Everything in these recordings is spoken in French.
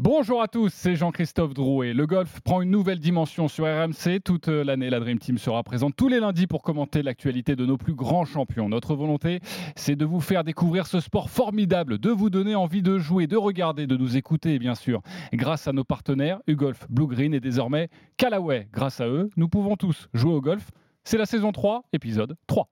Bonjour à tous, c'est Jean-Christophe Drouet. Le golf prend une nouvelle dimension sur RMC. Toute l'année, la Dream Team sera présente tous les lundis pour commenter l'actualité de nos plus grands champions. Notre volonté, c'est de vous faire découvrir ce sport formidable, de vous donner envie de jouer, de regarder, de nous écouter, bien sûr. Grâce à nos partenaires, U-Golf, Blue Green et désormais Callaway. Grâce à eux, nous pouvons tous jouer au golf. C'est la saison 3, épisode 3.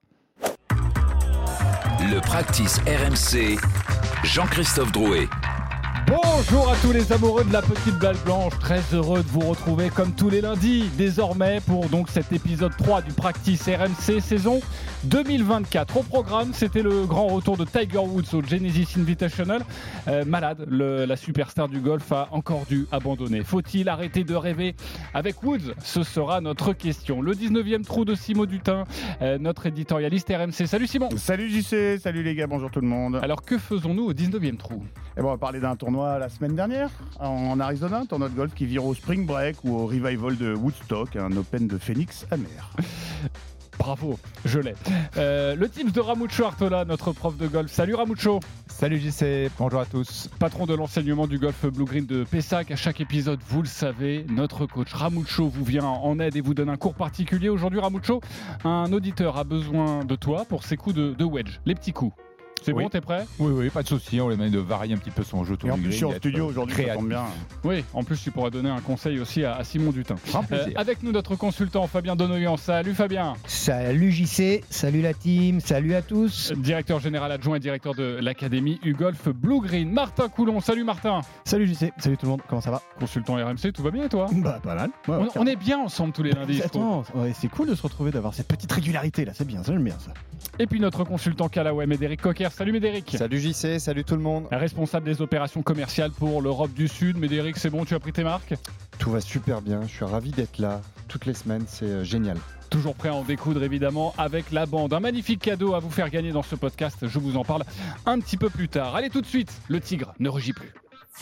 Le practice RMC, Jean-Christophe Drouet. Bonjour à tous les amoureux de la petite balle blanche, très heureux de vous retrouver comme tous les lundis désormais pour donc cet épisode 3 du Practice RMC saison 2024. Au programme, c'était le grand retour de Tiger Woods au Genesis Invitational. Malade, la superstar du golf a encore dû abandonner. Faut-il arrêter de rêver avec Woods? Ce sera notre question. Le 19e trou de Simon Dutin, notre éditorialiste RMC. Salut Simon. Salut JC, salut les gars, bonjour tout le monde. Alors que faisons-nous au 19e trou? On va parler d'un tournoi la semaine dernière en Arizona, un tournoi de golf qui vire au Spring Break ou au Revival de Woodstock, un Open de Phoenix amer. Bravo, je l'ai. Le Teams de Ramucho Artola, notre prof de golf. Salut Ramucho. Salut JC, bonjour à tous. Patron de l'enseignement du golf Blue Green de Pessac. À chaque épisode, vous le savez, notre coach Ramucho vous vient en aide et vous donne un cours particulier. Aujourd'hui, Ramucho, un auditeur a besoin de toi pour ses coups de wedge, les petits coups. C'est oui. Bon, t'es prêt? Oui, pas de souci, on lui demande de varier un petit peu son jeu autour Et en du plus, je suis green. en studio aujourd'hui, ça tombe bien. Oui, en plus, tu pourras donner un conseil aussi à Simon Dutin. Grand plaisir. Avec nous, notre consultant Fabien Donoyan. Salut Fabien. Salut JC, salut la team, salut à tous. Directeur général adjoint et directeur de l'académie U-Golf Blue Green. Martin Coulon. Salut Martin. Salut JC, salut tout le monde, comment ça va? Consultant RMC, tout va bien et toi? Bah pas mal. Ouais, On est bien ensemble tous les lundis. je trouve. Attends, ouais, c'est cool de se retrouver, d'avoir cette petite régularité là, c'est bien, ça j'aime bien ça. Et puis notre consultant Callaway, Médéric Cocker. Salut Médéric. Salut JC, salut tout le monde. Responsable des opérations commerciales pour l'Europe du Sud. Médéric, c'est bon, tu as pris tes marques? Tout va super bien, je suis ravi d'être là toutes les semaines, c'est génial. Toujours prêt à en découdre évidemment avec la bande. Un magnifique cadeau à vous faire gagner dans ce podcast. Je vous en parle un petit peu plus tard. Allez tout de suite, le tigre ne rugit plus.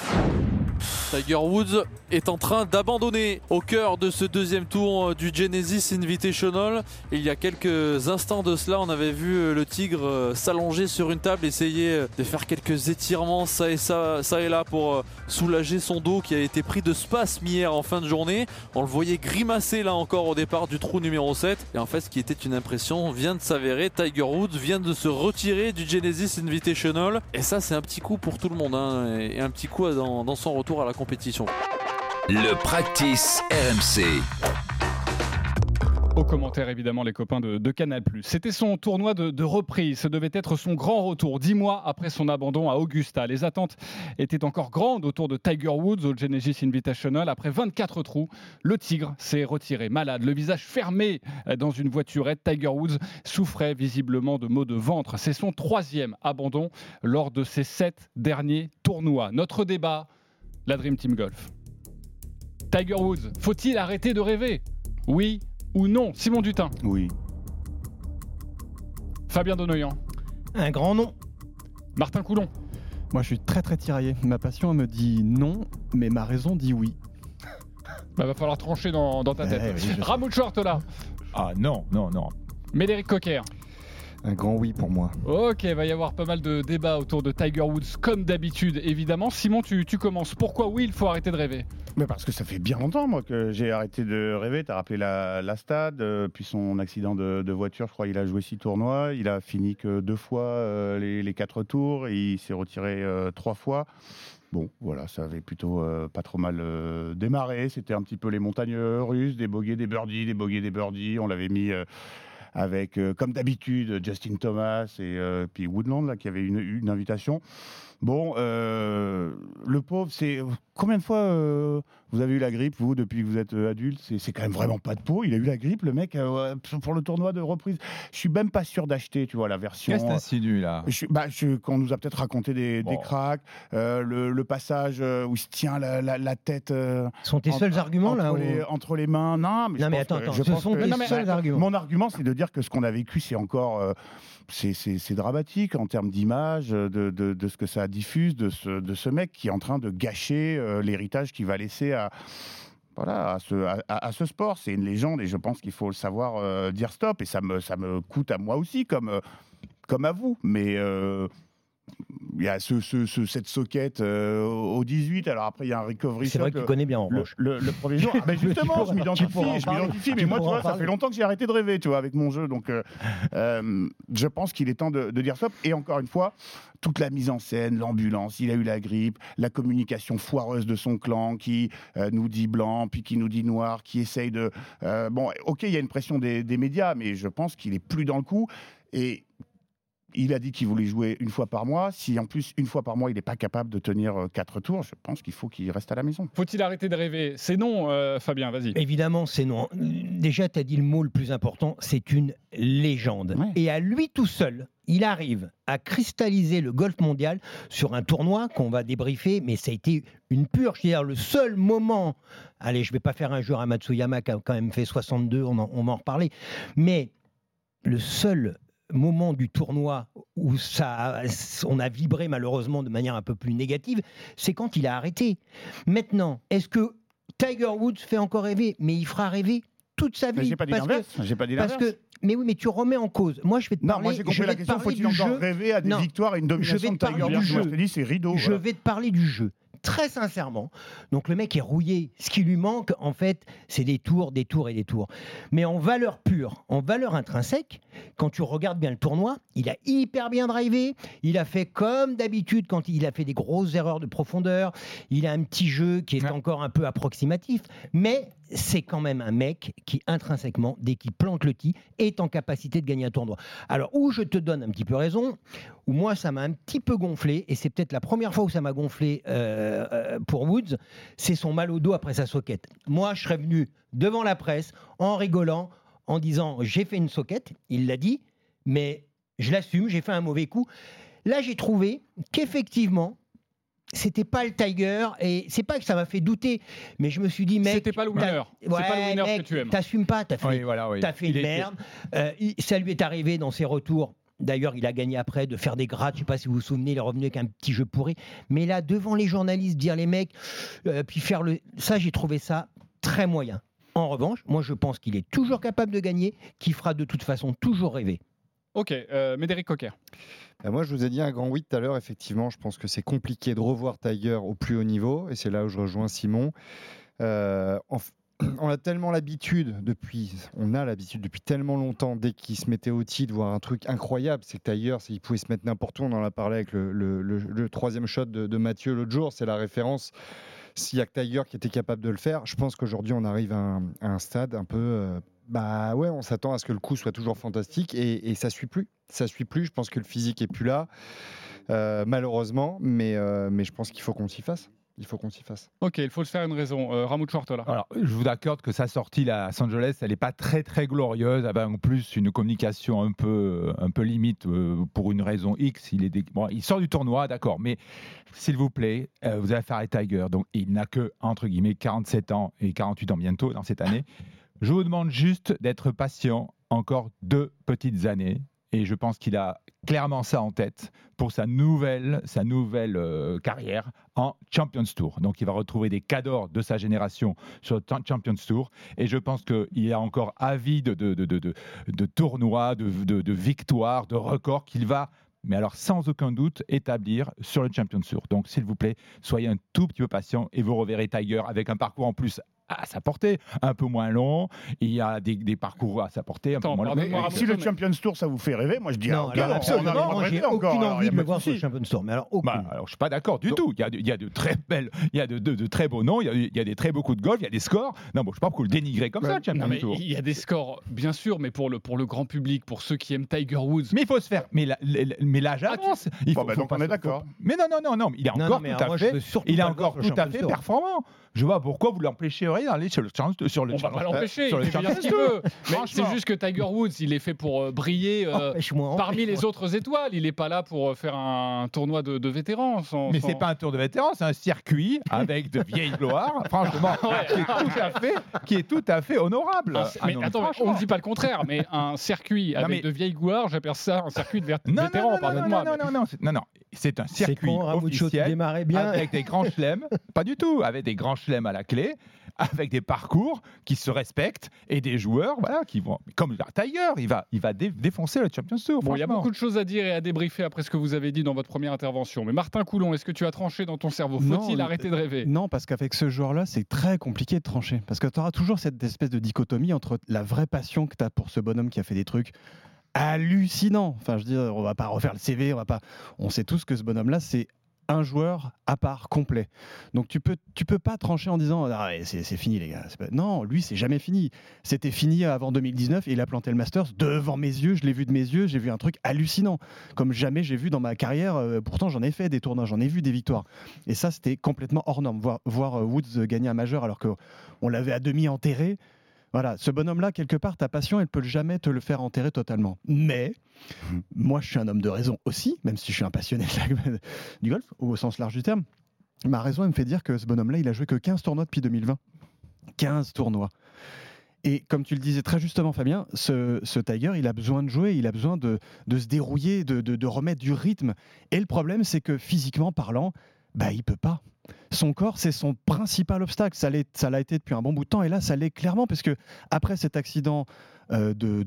Tiger Woods est en train d'abandonner au cœur de ce deuxième tour du Genesis Invitational. Il y a quelques instants de cela, on avait vu le tigre s'allonger sur une table, essayer de faire quelques étirements ça et là pour soulager son dos qui a été pris de spasmes hier en fin de journée. On le voyait grimacer là encore au départ du trou numéro 7. Et en fait, ce qui était une impression vient de s'avérer. Tiger Woods vient de se retirer du Genesis Invitational. Et ça, c'est un petit coup pour tout le monde, hein, et un petit coup dans son retour à la compétition. Le practice RMC. Au commentaire évidemment les copains de Canal+. C'était son tournoi de reprise, ce devait être son grand retour 10 mois après son abandon à Augusta. Les attentes étaient encore grandes autour de Tiger Woods au Genesis Invitational. Après 24 trous, le tigre s'est retiré malade, le visage fermé dans une voiturette. Tiger Woods souffrait visiblement de maux de ventre. C'est son 3e abandon lors de ses 7 derniers tournois. Notre débat, la Dream Team Golf. Tiger Woods, faut-il arrêter de rêver? Oui ou non? Simon Dutin. Oui. Fabien Donoyan. Un grand nom. Martin Coulon. Moi je suis très tiraillé, ma passion elle me dit non, mais ma raison dit oui. Va falloir trancher dans ta tête. Oui, Ramucho Artola. Ah non. Médéric Cocker. Un grand oui pour moi. Ok, va y avoir pas mal de débats autour de Tiger Woods, comme d'habitude, évidemment. Simon, tu commences. Pourquoi oui, il faut arrêter de rêver? Mais parce que ça fait bien longtemps moi que j'ai arrêté de rêver. T'as rappelé la stade, puis son accident de voiture, je crois il a joué 6 tournois, il a fini que 2 fois les 4 tours, et il s'est retiré 3 fois. Bon, voilà, ça avait plutôt pas trop mal démarré. C'était un petit peu les montagnes russes, des bogeys, des birdies, des bogeys, des birdies. On l'avait mis avec, comme d'habitude, Justin Thomas et puis Woodland là, qui avait une invitation. Bon, le pauvre, c'est combien de fois vous avez eu la grippe, vous, depuis que vous êtes adulte? C'est quand même vraiment pas de peau. Il a eu la grippe, le mec, pour le tournoi de reprise. Je suis même pas sûr d'acheter, tu vois, la version. Qu'est-ce que t'insinues là? Qu'on nous a peut-être raconté des cracks, le passage où il se tient la tête. Sont tes seuls arguments là entre les mains? Non, mais attends, ce sont tes seuls arguments. Mon argument, c'est de dire que ce qu'on a vécu, c'est encore. C'est dramatique en termes d'image, de ce que ça diffuse, de ce mec qui est en train de gâcher l'héritage qu'il va laisser à ce sport. C'est une légende et je pense qu'il faut le savoir dire stop. Et ça me coûte à moi aussi, comme à vous. Mais il y a cette socket au 18. Alors après, il y a un recovery C'est shot. vrai que tu connais bien en revanche. Le premier jour. Ah, justement, je m'identifie. Mais moi, tu vois, ça fait longtemps que j'ai arrêté de rêver, tu vois, avec mon jeu. Donc, je pense qu'il est temps de dire stop. Et encore une fois, toute la mise en scène, l'ambulance, il a eu la grippe, la communication foireuse de son clan qui nous dit blanc, puis qui nous dit noir, qui essaye de... bon, ok, il y a une pression des médias, mais je pense qu'il est plus dans le coup. Et il a dit qu'il voulait jouer une fois par mois. Si en plus, une fois par mois, il n'est pas capable de tenir 4 tours, je pense qu'il faut qu'il reste à la maison. Faut-il arrêter de rêver? C'est non, Fabien, vas-y. Évidemment, c'est non. Déjà, tu as dit le mot le plus important, c'est une légende. Ouais. Et à lui tout seul, il arrive à cristalliser le golf mondial sur un tournoi qu'on va débriefer, mais ça a été une purge. C'est-à-dire le seul moment, allez, je ne vais pas faire un jour à Matsuyama qui a quand même fait 62, on va en reparler, mais le seul moment du tournoi où on a vibré malheureusement de manière un peu plus négative, c'est quand il a arrêté. Maintenant, est-ce que Tiger Woods fait encore rêver? Mais il fera rêver toute sa vie. J'ai pas dit l'inverse. Mais oui, mais tu remets en cause. Moi, je vais te parler. Moi j'ai compris la question. Faut-il encore rêver à des victoires et une domination de Tiger Woods? Je te dis, c'est rideau. Je vais te parler du jeu. Très sincèrement. Donc le mec est rouillé. Ce qui lui manque, en fait, c'est des tours. Mais en valeur pure, en valeur intrinsèque, quand tu regardes bien le tournoi, il a hyper bien drivé. Il a fait comme d'habitude quand il a fait des grosses erreurs de profondeur. Il a un petit jeu qui est encore un peu approximatif. Mais c'est quand même un mec qui, intrinsèquement, dès qu'il plante le tee, est en capacité de gagner un tournoi. Alors, où je te donne un petit peu raison, où moi, ça m'a un petit peu gonflé, et c'est peut-être la première fois où ça m'a gonflé pour Woods, c'est son mal au dos après sa socket. Moi, je serais venu devant la presse, en rigolant, en disant « j'ai fait une socket », il l'a dit, mais je l'assume, j'ai fait un mauvais coup. Là, j'ai trouvé qu'effectivement, c'était pas le Tiger, et c'est pas que ça m'a fait douter, mais je me suis dit, mec, c'était pas le winner. C'est pas le winner mec, que tu aimes. T'assumes pas, t'as fait une merde. Ça lui est arrivé dans ses retours. D'ailleurs, il a gagné après de faire des grattes. Je sais pas si vous vous souvenez, il est revenu avec un petit jeu pourri. Mais là, devant les journalistes, dire les mecs, puis faire ça, j'ai trouvé ça très moyen. En revanche, moi, je pense qu'il est toujours capable de gagner, qu'il fera de toute façon toujours rêver. Ok, Médéric Cocker. Moi, je vous ai dit un grand oui tout à l'heure. Effectivement, je pense que c'est compliqué de revoir Tiger au plus haut niveau. Et c'est là où je rejoins Simon. On a tellement l'habitude depuis tellement longtemps, dès qu'il se mettait au tee, de voir un truc incroyable. C'est que Tiger, il pouvait se mettre n'importe où. On en a parlé avec le troisième shot de Mathieu l'autre jour. C'est la référence. S'il n'y a que Tiger qui était capable de le faire, je pense qu'aujourd'hui, on arrive à un stade un peu... on s'attend à ce que le coup soit toujours fantastique et ça suit plus. Ça suit plus. Je pense que le physique est plus là, malheureusement, mais je pense qu'il faut qu'on s'y fasse. Ok, il faut se faire une raison. Ramoud Chortola. Alors, je vous accorde que sa sortie là, à Los Angeles, elle n'est pas très très glorieuse. Avec en plus une communication un peu limite pour une raison X. Il sort du tournoi, d'accord, mais s'il vous plaît, vous allez faire les Tiger. Donc, il n'a que entre guillemets 47 ans et 48 ans bientôt dans cette année. Je vous demande juste d'être patient encore 2 petites années. Et je pense qu'il a clairement ça en tête pour sa nouvelle carrière en Champions Tour. Donc, il va retrouver des cadors de sa génération sur le Champions Tour. Et je pense qu'il est encore avide de tournois, de victoires, de records qu'il va, mais alors sans aucun doute, établir sur le Champions Tour. Donc, s'il vous plaît, soyez un tout petit peu patient et vous reverrez Tiger avec un parcours en plus à sa portée, un peu moins long. Il y a des parcours à sa portée un peu moins long. Si le Champions Tour, ça vous fait rêver, moi je dis non, absolument, j'ai aucune envie de le voir sur le Champions Tour. Mais alors, alors je suis pas d'accord du tout. Il y a de très belles, il y a de très beaux noms, il y a des très beaux coups de golf, il y a des scores. Non, bon, je ne sais pas pourquoi le dénigrer comme ça, le Champions Tour. Il y a des scores, bien sûr, mais pour le grand public, pour ceux qui aiment Tiger Woods. Mais il faut se faire. Mais l'âge avance. Donc on est d'accord. Mais non, il est encore il est encore tout à fait performant. Je vois pourquoi vous l'empêcherez d'aller sur le Champions Tour. On va pas l'empêcher, il fait bien ce qu'il veut. Mais c'est juste que Tiger Woods, il est fait pour briller parmi les autres étoiles. Il n'est pas là pour faire un tournoi de vétérans. Mais c'est pas un tour de vétérans, c'est un circuit avec de vieilles gloires, franchement, qui est tout à fait honorable. Mais attends, on ne dit pas le contraire, mais un circuit avec de vieilles gloires, j'appelle ça un circuit de vétérans, pardonne-moi. Non, c'est un circuit officiel avec des grands chelems, pas du tout, avec des grands chelems à la clé, avec des parcours qui se respectent et des joueurs qui vont. Comme Tiger, il va défoncer le Champions Tour. Bon, il y a beaucoup de choses à dire et à débriefer après ce que vous avez dit dans votre première intervention. Mais Martin Coulon, est-ce que tu as tranché dans ton cerveau ? Faut-il arrêter de rêver ? Non, parce qu'avec ce joueur-là, c'est très compliqué de trancher. Parce que tu auras toujours cette espèce de dichotomie entre la vraie passion que tu as pour ce bonhomme qui a fait des trucs hallucinants. Enfin, je veux dire, on va pas refaire le CV, on sait tous que ce bonhomme-là, c'est un joueur à part complet. Donc tu peux pas trancher en disant c'est fini les gars. Non, lui c'est jamais fini. C'était fini avant 2019 et il a planté le Masters devant mes yeux. Je l'ai vu de mes yeux. J'ai vu un truc hallucinant comme jamais j'ai vu dans ma carrière. Pourtant j'en ai fait des tournois, j'en ai vu des victoires. Et ça c'était complètement hors norme. Voir Woods gagner un majeur alors qu'on l'avait à demi enterré. Voilà, ce bonhomme-là, quelque part, ta passion, elle peut jamais te le faire enterrer totalement. Mais, moi, je suis un homme de raison aussi, même si je suis un passionné du golf, au sens large du terme. Ma raison, elle me fait dire que ce bonhomme-là, il a joué que 15 tournois depuis 2020. 15 tournois. Et comme tu le disais très justement, Fabien, ce Tiger, il a besoin de jouer, il a besoin de se dérouiller, de remettre du rythme. Et le problème, c'est que physiquement parlant, il peut pas. Son corps, c'est son principal obstacle. Ça l'a été depuis un bon bout de temps. Et là, ça l'est clairement, parce que après cet accident de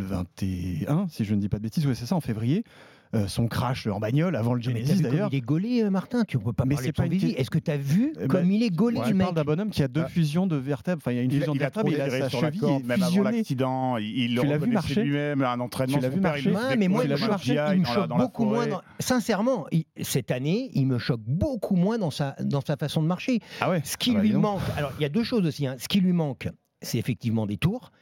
2021, si je ne dis pas de bêtises, ouais, c'est ça, en février, son crash en bagnole avant le Genesis d'ailleurs. Il est gaulé, Martin. Tu ne peux pas parler de son physique. Est-ce que tu as vu comme il est gaulé, le mec ? Tu parles d'un bonhomme qui a deux fusions de vertèbres. Enfin, il y a une fusion de vertèbres. Il a sa cheville même avant l'accident. Il le reconnaissait lui-même. Un entraînement. Tu l'as vu marcher ? Mais moi, il me choque beaucoup moins. Sincèrement, cette année, il me choque beaucoup moins dans sa façon de marcher. Ah ouais. Ce qui lui manque. Alors, il y a deux choses aussi. Ce qui lui manque, c'est effectivement des tours.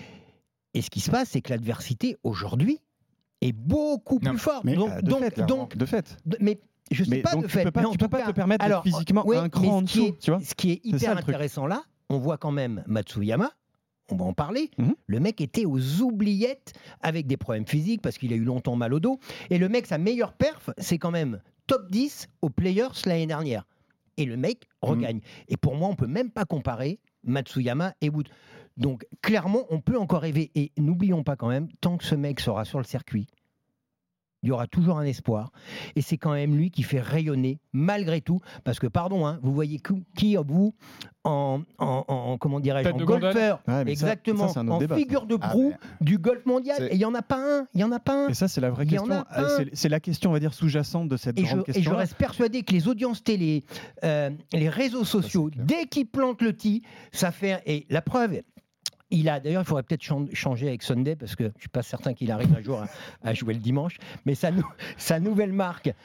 Et ce qui se passe, c'est que l'adversité aujourd'hui est beaucoup plus forte. Mais de fait. Mais je sais pas de fait. Tu peux pas te permettre d'être physiquement un cran en dessous. Ce qui est hyper intéressant là, on voit quand même Matsuyama. On va en parler. Le mec était aux oubliettes avec des problèmes physiques parce qu'il a eu longtemps mal au dos. Et le mec, sa meilleure perf, c'est quand même top 10 aux Players l'année dernière. Et le mec regagne. Et pour moi, on peut même pas comparer Matsuyama et Wood. Donc, clairement, on peut encore rêver. Et n'oublions pas quand même, tant que ce mec sera sur le circuit, il y aura toujours un espoir. Et c'est quand même lui qui fait rayonner, malgré tout. Parce que, pardon, vous voyez qui vous en comment dirais-je, en golfeur, exactement, en figure de proue du golf mondial. Et il n'y en a pas un. Et ça, c'est la vraie question. C'est la question, on va dire, sous-jacente de cette grande question. Et je reste persuadé que les audiences télé, les réseaux sociaux, dès qu'ils plantent le tee, ça fait... Et la preuve... D'ailleurs, il faudrait peut-être changer avec Sunday parce que je ne suis pas certain qu'il arrive un jour à jouer le dimanche. Mais sa nouvelle marque,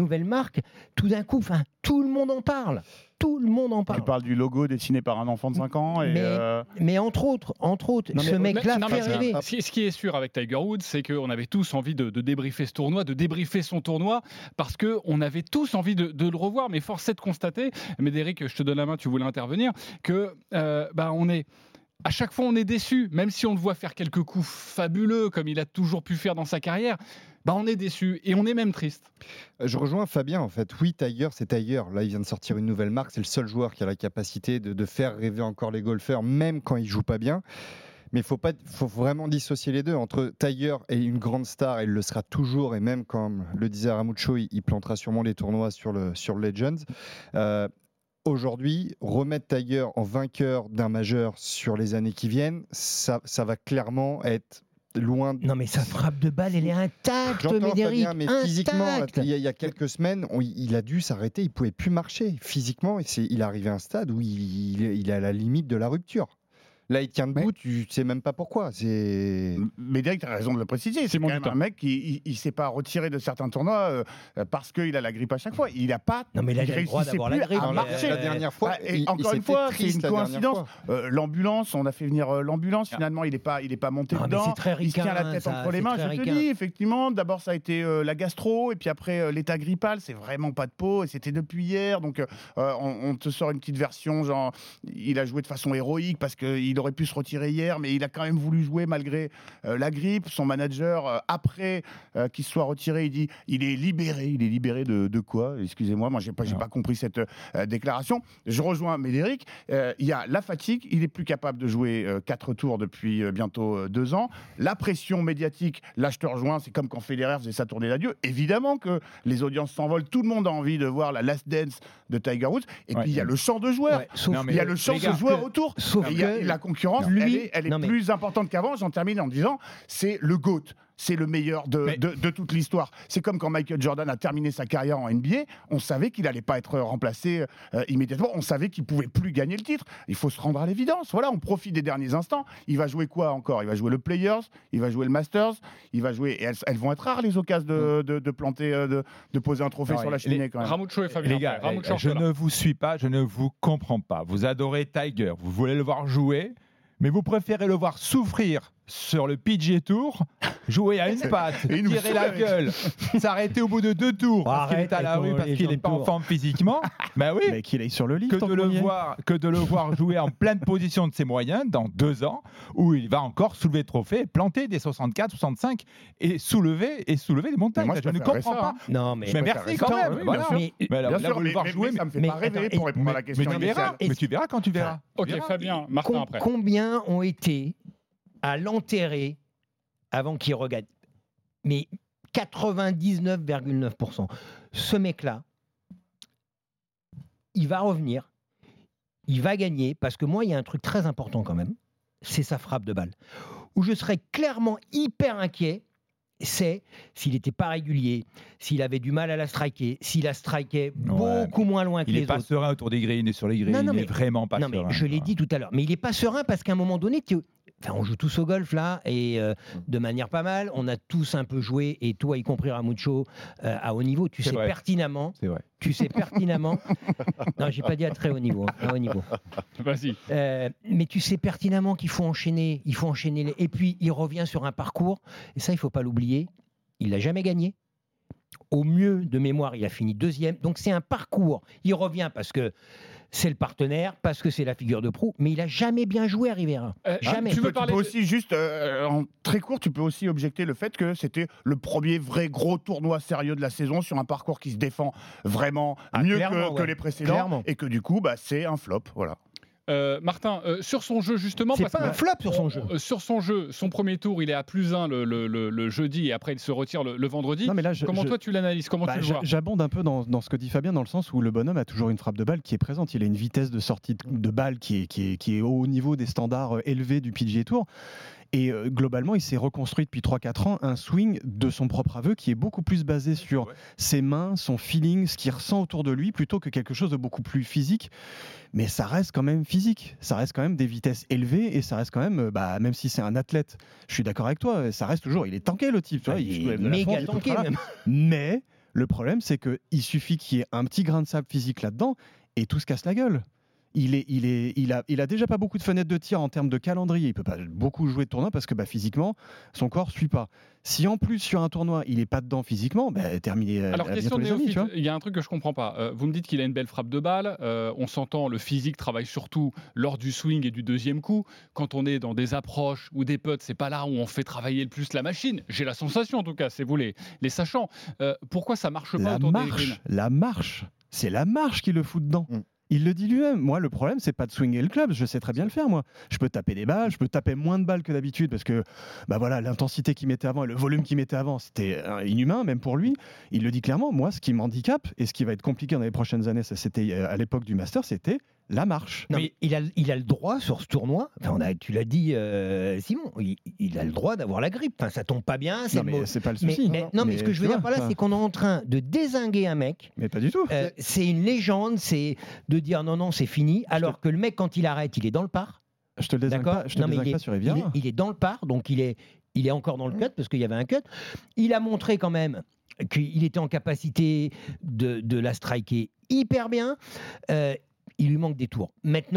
tout d'un coup, tout le monde en parle. Tout le monde en parle. Tu parles du logo dessiné par un enfant de 5 ans. Mais entre autres, ce mec-là fait rêver. Ce qui est sûr avec Tiger Woods, c'est qu'on avait tous envie de débriefer ce tournoi, de débriefer son tournoi, parce qu'on avait tous envie de le revoir. Mais force est de constater, Médéric, je te donne la main, tu voulais intervenir, que on est... À chaque fois, on est déçu, même si on le voit faire quelques coups fabuleux, comme il a toujours pu faire dans sa carrière. On est déçu et on est même triste. Je rejoins Fabien, en fait. Oui, Tiger, c'est Tiger. Là, il vient de sortir une nouvelle marque. C'est le seul joueur qui a la capacité de faire rêver encore les golfeurs, même quand il joue pas bien. Mais il faut vraiment dissocier les deux. Entre Tiger et une grande star, il le sera toujours. Et même, comme le disait Ramucho, il plantera sûrement les tournois sur le Legends. Aujourd'hui, remettre Tiger en vainqueur d'un majeur sur les années qui viennent, ça va clairement être loin. Non, mais sa frappe de balle, elle est intacte, Médéric. Mais physiquement, il y a quelques semaines, il a dû s'arrêter. Il pouvait plus marcher physiquement. Il est arrivé à un stade où il est à la limite de la rupture. Là, il tient debout, tu sais même pas pourquoi. Médéric, tu as raison de le préciser. C'est quand même un mec qui ne s'est pas retiré de certains tournois parce qu'il a la grippe à chaque fois. Il n'a pas. Non, mais il a le droit d'avoir la grippe. La dernière fois. Encore une fois, c'est une coïncidence. L'ambulance, on a fait venir l'ambulance. Finalement, il n'est pas monté dedans. Il se tient la tête entre les mains. Je te dis, effectivement, d'abord, ça a été la gastro. Et puis après, l'état grippal. C'est vraiment pas de peau. Et c'était depuis hier. Donc, on te sort une petite version. Genre, il a joué de façon héroïque parce qu'il il aurait pu se retirer hier, mais il a quand même voulu jouer malgré la grippe. Son manager, après qu'il se soit retiré, il dit il est libéré. Il est libéré de quoi? Excusez-moi, moi j'ai pas compris cette déclaration. Je rejoins Médéric. Il y a la fatigue. Il est plus capable de jouer 4 tours depuis bientôt 2 ans. La pression médiatique. Là, je te rejoins. C'est comme quand Federer faisait sa tournée d'adieu. Évidemment que les audiences s'envolent. Tout le monde a envie de voir la Last Dance de Tiger Woods. Et puis il y a le champ de joueurs. Il y a le champ de joueurs autour. Sauf que la concurrence, elle est plus importante qu'avant. J'en termine en disant, c'est le GOAT. C'est le meilleur de toute l'histoire. C'est comme quand Michael Jordan a terminé sa carrière en NBA, on savait qu'il n'allait pas être remplacé immédiatement, on savait qu'il ne pouvait plus gagner le titre. Il faut se rendre à l'évidence. Voilà, on profite des derniers instants. Il va jouer quoi encore? Il va jouer le Players, il va jouer le Masters, il va jouer... Et elles vont être rares, les occasions de planter, de poser un trophée sur la cheminée quand même. Ramucho et Fabien. Les gars, je ne vous suis pas, je ne vous comprends pas. Vous adorez Tiger, vous voulez le voir jouer, mais vous préférez le voir souffrir sur le PGA Tour, jouer à une patte, tirer la gueule, s'arrêter au bout de 2 tours parce qu'il est à la rue, parce qu'il n'est pas en forme physiquement. Ben oui. Mais qu'il aille sur le lit. Que de le voir jouer en pleine position de ses moyens dans 2 ans, où il va encore soulever le trophée, planter des 64, 65 et soulever des montagnes. Moi, je ne comprends pas. Non, mais merci quand même. Oui, voilà. Bien sûr, mais ça me fait pas rêver pour répondre à la question initiale. Mais tu verras quand tu verras. Ok, Fabien, Martin après. Combien ont été à l'enterrer avant qu'il regagne? Mais 99,9%. Ce mec-là, il va revenir, il va gagner, parce que moi, il y a un truc très important quand même, c'est sa frappe de balle. Où je serais clairement hyper inquiet, c'est s'il n'était pas régulier, s'il avait du mal à la striker, s'il la strikait beaucoup moins loin que les autres. Il n'est pas serein autour des greens et sur les greens, il n'est vraiment pas serein. Non, mais je l'ai dit tout à l'heure, mais il n'est pas serein parce qu'à un moment donné, on joue tous au golf là, et de manière pas mal. On a tous un peu joué, et toi y compris Ramucho, à haut niveau. Tu sais pertinemment. C'est vrai. Tu sais pertinemment. Non, j'ai pas dit à très haut niveau. À haut niveau. Vas-y. Mais tu sais pertinemment qu'il faut enchaîner. Il faut enchaîner. Et puis il revient sur un parcours. Et ça, il faut pas l'oublier. Il l'a jamais gagné. Au mieux de mémoire, il a fini 2e. Donc c'est un parcours. Il revient parce que c'est le partenaire, parce que c'est la figure de proue, mais il a jamais bien joué à Rivera. Jamais. Tu peux aussi, juste en très court, tu peux aussi objecter le fait que c'était le premier vrai gros tournoi sérieux de la saison sur un parcours qui se défend vraiment mieux que les précédents, clairement. Et que du coup, c'est un flop. Voilà. Martin, sur son jeu justement, c'est pas un flop sur son jeu. Sur son jeu, son premier tour, il est à +1 le jeudi et après il se retire le vendredi. Non, mais là, comment toi tu l'analyses? Comment tu le vois? J'abonde un peu dans ce que dit Fabien, dans le sens où le bonhomme a toujours une frappe de balle qui est présente. Il a une vitesse de sortie de balle qui est au niveau des standards élevés du PGA Tour. Et globalement, il s'est reconstruit depuis 3-4 ans un swing de son propre aveu qui est beaucoup plus basé sur ses mains, son feeling, ce qu'il ressent autour de lui, plutôt que quelque chose de beaucoup plus physique. Mais ça reste quand même physique, ça reste quand même des vitesses élevées, et ça reste quand même, même si c'est un athlète, je suis d'accord avec toi, ça reste toujours, il est tanké le type. Il est méga tanké même. Mais le problème, c'est qu'il suffit qu'il y ait un petit grain de sable physique là-dedans, et tout se casse la gueule. Il a déjà pas beaucoup de fenêtres de tir en termes de calendrier. Il peut pas beaucoup jouer de tournoi parce que physiquement, son corps suit pas. Si en plus sur un tournoi, il est pas dedans physiquement, terminé. Alors question néophyte, il y a un truc que je comprends pas. Vous me dites qu'il a une belle frappe de balle. On s'entend, le physique travaille surtout lors du swing et du deuxième coup. Quand on est dans des approches ou des putts, c'est pas là où on fait travailler le plus la machine. J'ai la sensation en tout cas, c'est vous les sachants. Pourquoi ça marche pas autour des greens? La marche, c'est la marche qui le fout dedans. Il le dit lui-même. Moi, le problème, c'est pas de swinger le club. Je sais très bien le faire, moi. Je peux taper des balles, je peux taper moins de balles que d'habitude parce que, l'intensité qu'il mettait avant et le volume qu'il mettait avant, c'était inhumain, même pour lui. Il le dit clairement. Moi, ce qui m'handicape et ce qui va être compliqué dans les prochaines années, ça c'était à l'époque du Master, c'était la marche. Non, mais il a le droit sur ce tournoi. Enfin, tu l'as dit, Simon. Il a le droit d'avoir la grippe. Enfin, ça tombe pas bien. C'est pas le souci. Mais ce que je veux dire par là, c'est qu'on est en train de dézinguer un mec. Mais pas du tout. C'est une légende. C'est de dire non, c'est fini. Alors que le mec, quand il arrête, il est dans le par. Je te le désingue pas. Je te le désingue pas sur Riviera. Il est dans le par, donc il est encore dans le cut parce qu'il y avait un cut. Il a montré quand même qu'il était en capacité de la striker hyper bien. Il lui manque des tours. Maintenant,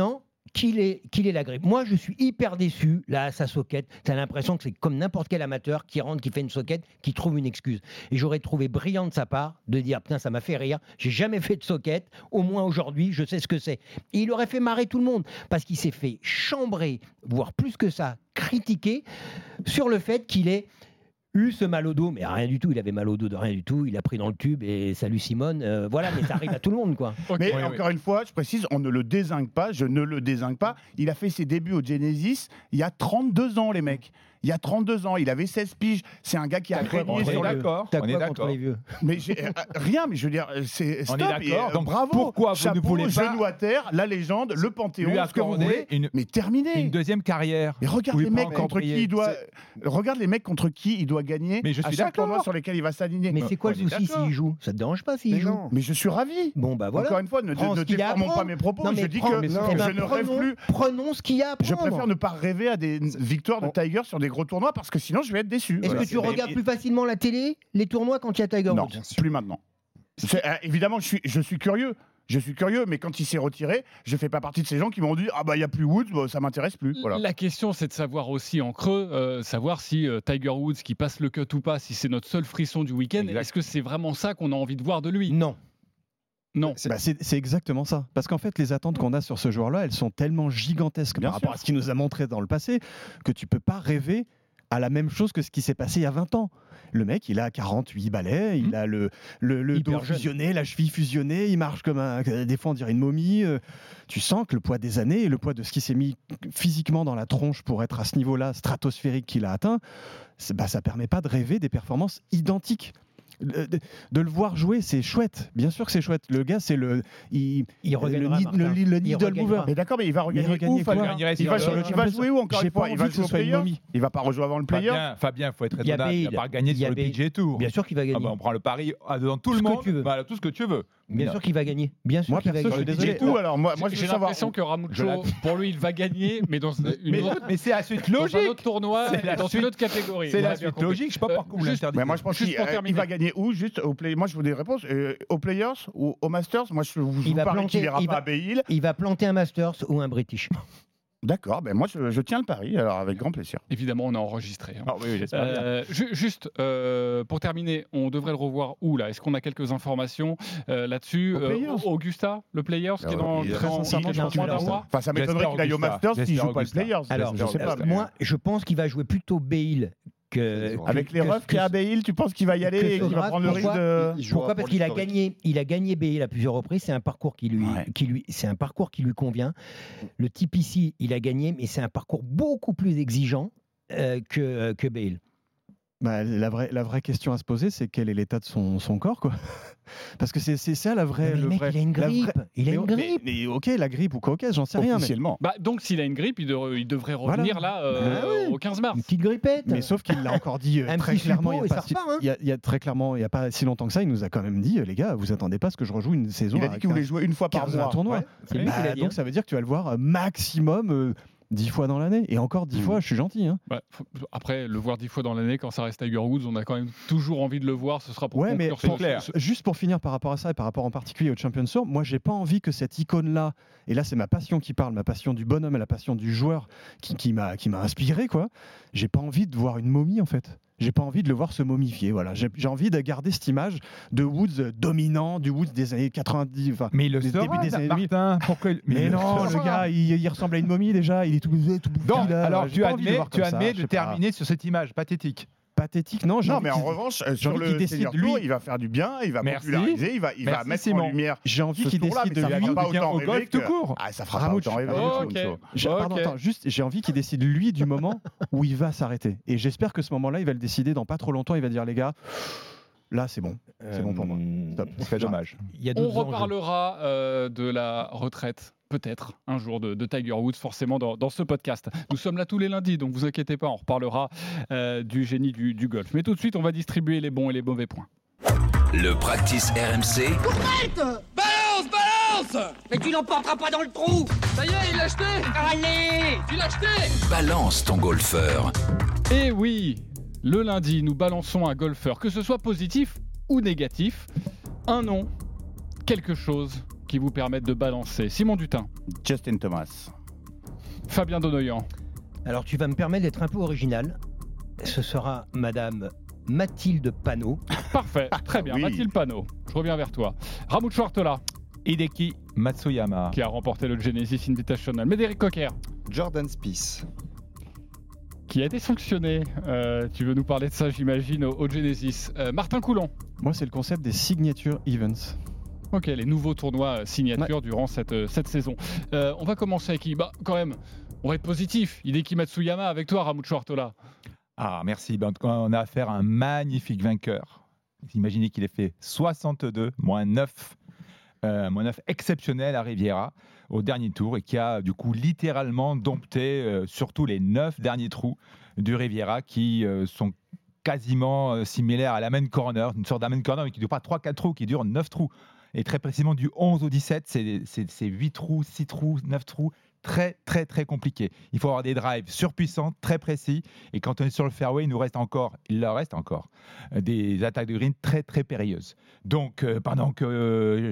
qu'il ait la grippe. Moi, je suis hyper déçu, là, à sa socket. T'as l'impression que c'est comme n'importe quel amateur qui rentre, qui fait une socket, qui trouve une excuse. Et j'aurais trouvé brillant de sa part de dire, putain, ça m'a fait rire, j'ai jamais fait de socket, au moins aujourd'hui, je sais ce que c'est. Et il aurait fait marrer tout le monde, parce qu'il s'est fait chambrer, voire plus que ça, critiquer sur le fait qu'il ait eu ce mal au dos, mais rien du tout, il avait mal au dos de rien du tout, il a pris dans le tube et salut Simone, voilà, mais ça arrive à tout le monde, quoi. Mais encore une fois, je précise, on ne le dézingue pas, je ne le dézingue pas. Il a fait ses débuts au Genesis il y a 32 ans, les mecs. Il y a 32 ans, il avait 16 piges. C'est un gars qui a régné sur le... T'as quoi contre les vieux? Mais rien, mais je veux dire, c'est stop. On est d'accord. Donc bravo. pourquoi vous Chapeau, ne voulez pas genou à terre, la légende, le Panthéon, lui ce que vous accorder voulez. Mais terminé. une deuxième carrière? Mais regarde où il les peut mecs encore contre qui briller. il doit. Regarde les mecs contre qui il doit gagner. Mais je à suis chaque d'accord. tournoi sur lesquels il va s'aligner. Mais c'est quoi le on est souci d'accord. s'il joue? Ça te dérange pas s'il Mais joue? non. Mais je suis ravi. Bon, bah voilà. Encore une fois, ne Prends ce qu'il y a à déformons pas prendre. mes propos. Non, mais Je dis prends- que eh je ben, ne rêve plus. Prenons ce qu'il y a à prendre. Je préfère ne pas rêver à des victoires de Tiger sur des gros tournois parce que sinon je vais être déçu. Est-ce Voilà. que tu regardes plus facilement la télé, les tournois, quand il y a Tiger Non, Woods? plus maintenant. Évidemment, je suis curieux. Je suis curieux, mais quand il s'est retiré, je fais pas partie de ces gens qui m'ont dit ah bah il y a plus Woods, bah, ça m'intéresse plus. Voilà. La question, c'est de savoir aussi en creux, savoir si Tiger Woods qui passe le cut ou pas, si c'est notre seul frisson du week-end. Exact. Est-ce que c'est vraiment ça qu'on a envie de voir de lui? Non. Non. C'est exactement ça. Parce qu'en fait, les attentes qu'on a sur ce joueur-là, elles sont tellement gigantesques Bien par rapport sûr. à ce qu'il nous a montré dans le passé que tu peux pas rêver à la même chose que ce qui s'est passé il y a 20 ans. Le mec, il a 48 balais, il a le Hyper dos jeune. fusionné, la cheville fusionnée, il marche comme des fois on dirait une momie. Tu sens que le poids des années et le poids de ce qui s'est mis physiquement dans la tronche pour être à ce niveau-là stratosphérique qu'il a atteint, ça permet pas de rêver des performances identiques. De le voir jouer, c'est chouette. Bien sûr que c'est chouette. Le gars, c'est Il regagnera, Martin. le Il needle regagnera. mover. Mais d'accord, mais il va regagner regagner où, quoi? Fabien gagnerait Il va sur le- il va jouer où encore J'ai une pas fois? Il envie va que ce jouer au soit une player. momie. Il va pas rejouer avant le player. Fabien, faut être Il y a raisonnable. Il Bale. va pas gagner Il y a sur le Bale. PGA Tour. Bien sûr qu'il va Ah gagner. bah, on prend le pari devant tout Ce le que monde. tu veux. Voilà, tout ce que tu veux. Bien Non. sûr qu'il va gagner. Bien sûr Moi, qu'il va perso, je gagner. suis Et désolé. tout alors, moi je J'ai veux savoir. l'impression que Ramucho, pour lui, il va gagner, mais dans une autre, Mais c'est la suite dans un logique. autre tournoi, C'est la dans suite- une autre catégorie. C'est On la a bien suite compris. logique. Je sais pas pourquoi vous juste- l'interdisez. Mais moi je pense Juste qu'il pour terminer. va gagner où juste au play. Moi je veux des réponses. Aux Players ou au Masters. Moi je vous Il va parie planter- qu'il ira il pas va- à Bale. Il va planter un Masters ou un British. D'accord, ben moi je tiens le pari alors avec grand plaisir. Évidemment, on a enregistré. hein. Ah oui, j'espère bien. Juste pour terminer, on devrait le revoir où là? Est-ce qu'on a quelques informations là-dessus? Au Players. Augusta, le Players, qui est dans il- très sincèrement, dans tu 3 verras ça. mois. Enfin ça m'étonnerait J'espère qu'il aille au Augusta. Masters s'il J'espère joue pas le Augusta. Players. Alors, je sais pas. mais- moi, je pense qu'il va jouer plutôt Bale que. Avec les refs qu'il y a à Bale, tu penses qu'il va y aller que et qu'il va Sodras, prendre le risque pourquoi de. Il jouera Pourquoi? pour Parce qu'il a l'historique. gagné Bale à plusieurs reprises. C'est un parcours qui lui convient. Le type ici, il a gagné, mais c'est un parcours beaucoup plus exigeant que Bale. Bah, la vraie question à se poser, c'est quel est l'état de son corps, quoi. Parce que c'est ça la vraie. Mais le mec, il a une la grippe. vraie- Il a mais- une grippe. mais ok, la grippe ou quoi, ok, j'en sais rien. Mais, Officiellement. Bah, donc, s'il a une grippe, il devrait revenir là Ah oui. au 15 mars. Une petite grippette. mais sauf qu'il l'a encore dit Un très petit clairement. suppôt et ça repart, hein. Il y a très clairement, il n'y a pas si longtemps que ça, il nous a quand même dit, les gars, vous attendez pas à ce que je rejoue une saison. Il a dit avec qu'il voulait un- jouer une fois par 15 mois. tournoi. Ouais. C'est lui qui l'a dit. Donc hein. ça veut dire que tu vas le voir maximum 10 fois dans l'année. Et encore 10 fois, je suis gentil. Hein. Bah, après, le voir 10 fois dans l'année, quand ça reste Tiger Woods, on a quand même toujours envie de le voir. Ce sera pour Ouais, mais conclure c'est clair. juste pour finir par rapport à ça et par rapport en particulier au Champions Tour, moi j'ai pas envie que cette icône-là, et là c'est ma passion qui parle, ma passion du bonhomme et la passion du joueur qui m'a inspiré, quoi. J'ai pas envie de voir une momie en fait. J'ai pas envie de le voir se momifier. Voilà. J'ai envie de garder cette image de Woods dominant, du Woods des années 90. Enfin, Mais il le des sera, débuts des années 2000. Martin. Pourquoi mais il non, sera. le gars, il ressemble à une momie déjà. Il est tout bouffi Donc, là. alors J'ai tu pas envie de le admets, voir comme ça, je de sais pas. terminer sur cette image pathétique. Pathétique, non. Non, mais en revanche, sur envie le qu'il décide, Senior lui. Tour, il va faire du bien, il va Merci. populariser, il va Merci, mettre Simon. en lumière. j'ai envie ce qu'il tour-là, décide mais de ça lui. fera pas Bien autant au rêver golf que- tout court. Ah, ça fera pas Ramuch. autant rêver. Ok. Ramucho. Pardon, Ok. attends, juste, j'ai envie qu'il décide lui du moment où il va s'arrêter. Et j'espère que ce moment-là, il va le décider dans pas trop longtemps. Il va dire, les gars, là, c'est bon. C'est bon pour moi. Stop. Ce serait dommage. Il y a On d'autres enjeux. reparlera de la retraite, peut-être, un jour de Tiger Woods, forcément, dans ce podcast. Nous sommes là tous les lundis, donc vous inquiétez pas, on reparlera du génie du golf. Mais tout de suite, on va distribuer les bons et les mauvais points. Le practice RMC, Mais tu l'emporteras pas dans le trou. Ça y est, il l'a acheté. Allez, tu l'as acheté. balance ton golfeur. Et oui, le lundi, nous balançons un golfeur, que ce soit positif ou négatif, un nom, quelque chose qui vous permette de balancer. Simon Dutin. Justin Thomas. Fabien Donoyan. Alors tu vas me permettre d'être un peu original. Ce sera Madame Mathilde Panot. Parfait, très bien. Oui. Mathilde Panot, je reviens vers toi. Ramucho Artola, Hideki Matsuyama. qui a remporté le Genesis Invitational. Médéric Coquer, Jordan Spieth. qui a été sanctionné. Tu veux nous parler de ça, j'imagine, au Genesis. Martin Coulon. Moi, c'est le concept des signature events. Ok, les nouveaux tournois signatures durant cette saison. On va commencer avec qui ? Quand même, on va être positif. Hideki Matsuyama avec toi, Ramucho Artola. Ah, merci. En tout cas, on a affaire à un magnifique vainqueur. Vous imaginez qu'il ait fait 62, moins 9 exceptionnel à Riviera au dernier tour et qui a du coup littéralement dompté surtout les 9 derniers trous du Riviera qui sont quasiment similaires à la main corner, une sorte d'amen corner mais qui ne dure pas 3-4 trous, qui dure 9 trous. Et très précisément du 11 au 17, c'est 8 trous, 6 trous, 9 trous. Très, très, très compliqué. Il faut avoir des drives surpuissants, très précis. Et quand on est sur le fairway, il leur reste encore des attaques de green très, très périlleuses. Donc, pendant que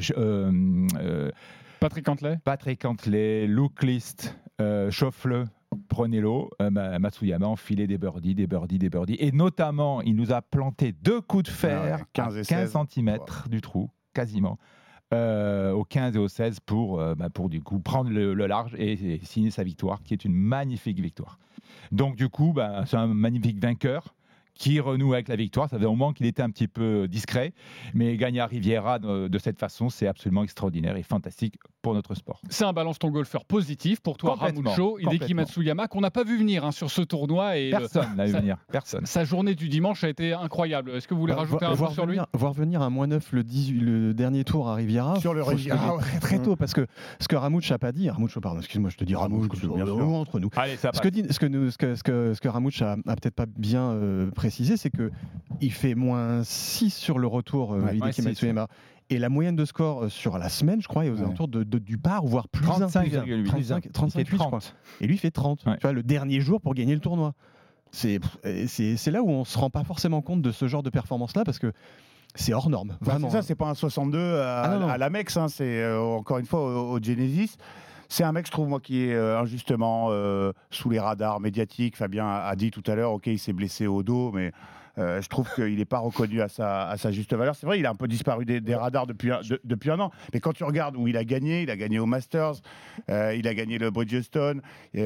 Patrick Cantlay, Luke List, Schauffele, prenez-le, Matsuyama enfilait des birdies. Et notamment, il nous a planté 2 coups de fer à 15 cm du trou, quasiment. Au 15 et au 16 pour du coup prendre le large et signer sa victoire, qui est une magnifique victoire. Donc du coup, c'est un magnifique vainqueur qui renoue avec la victoire. Ça faisait un moment qu'il était un petit peu discret, mais gagner à Riviera de cette façon, c'est absolument extraordinaire et fantastique pour notre sport. C'est un balance ton golfeur positif pour toi, Ramucho. Hideki Matsuyama, qu'on n'a pas vu venir sur ce tournoi. Et personne n'a vu venir. Personne. Sa journée du dimanche a été incroyable. Est-ce que vous voulez rajouter un mot sur lui ? Voir venir un -9 le dernier tour à Riviera. Sur le Riviera, très, très tôt, parce que ce que Ramucho n'a pas dit, excuse-moi, je te dis Ramucho, bien sûr. entre nous. Allez, ça Ce que Ramucho a peut-être pas bien précisé, c'est que il fait -6 sur le retour, Hideki Matsuyama. Et la moyenne de score sur la semaine, je crois, est aux alentours du par, voire plus 35,8. 35,8, je crois. Et lui, il fait 30. Ouais. Tu vois, le dernier jour pour gagner le tournoi. C'est là où on se rend pas forcément compte de ce genre de performance-là, parce que c'est hors norme. Vraiment. C'est ça, c'est pas un 62 à l'Amex, hein, c'est encore une fois au Genesis. C'est un mec, je trouve, moi, qui est injustement sous les radars médiatiques. Fabien a dit tout à l'heure, ok, il s'est blessé au dos, mais je trouve qu'il n'est pas reconnu à sa juste valeur. C'est vrai, il a un peu disparu des radars depuis un an. Mais quand tu regardes où il a gagné au Masters, il a gagné le Bridgestone, il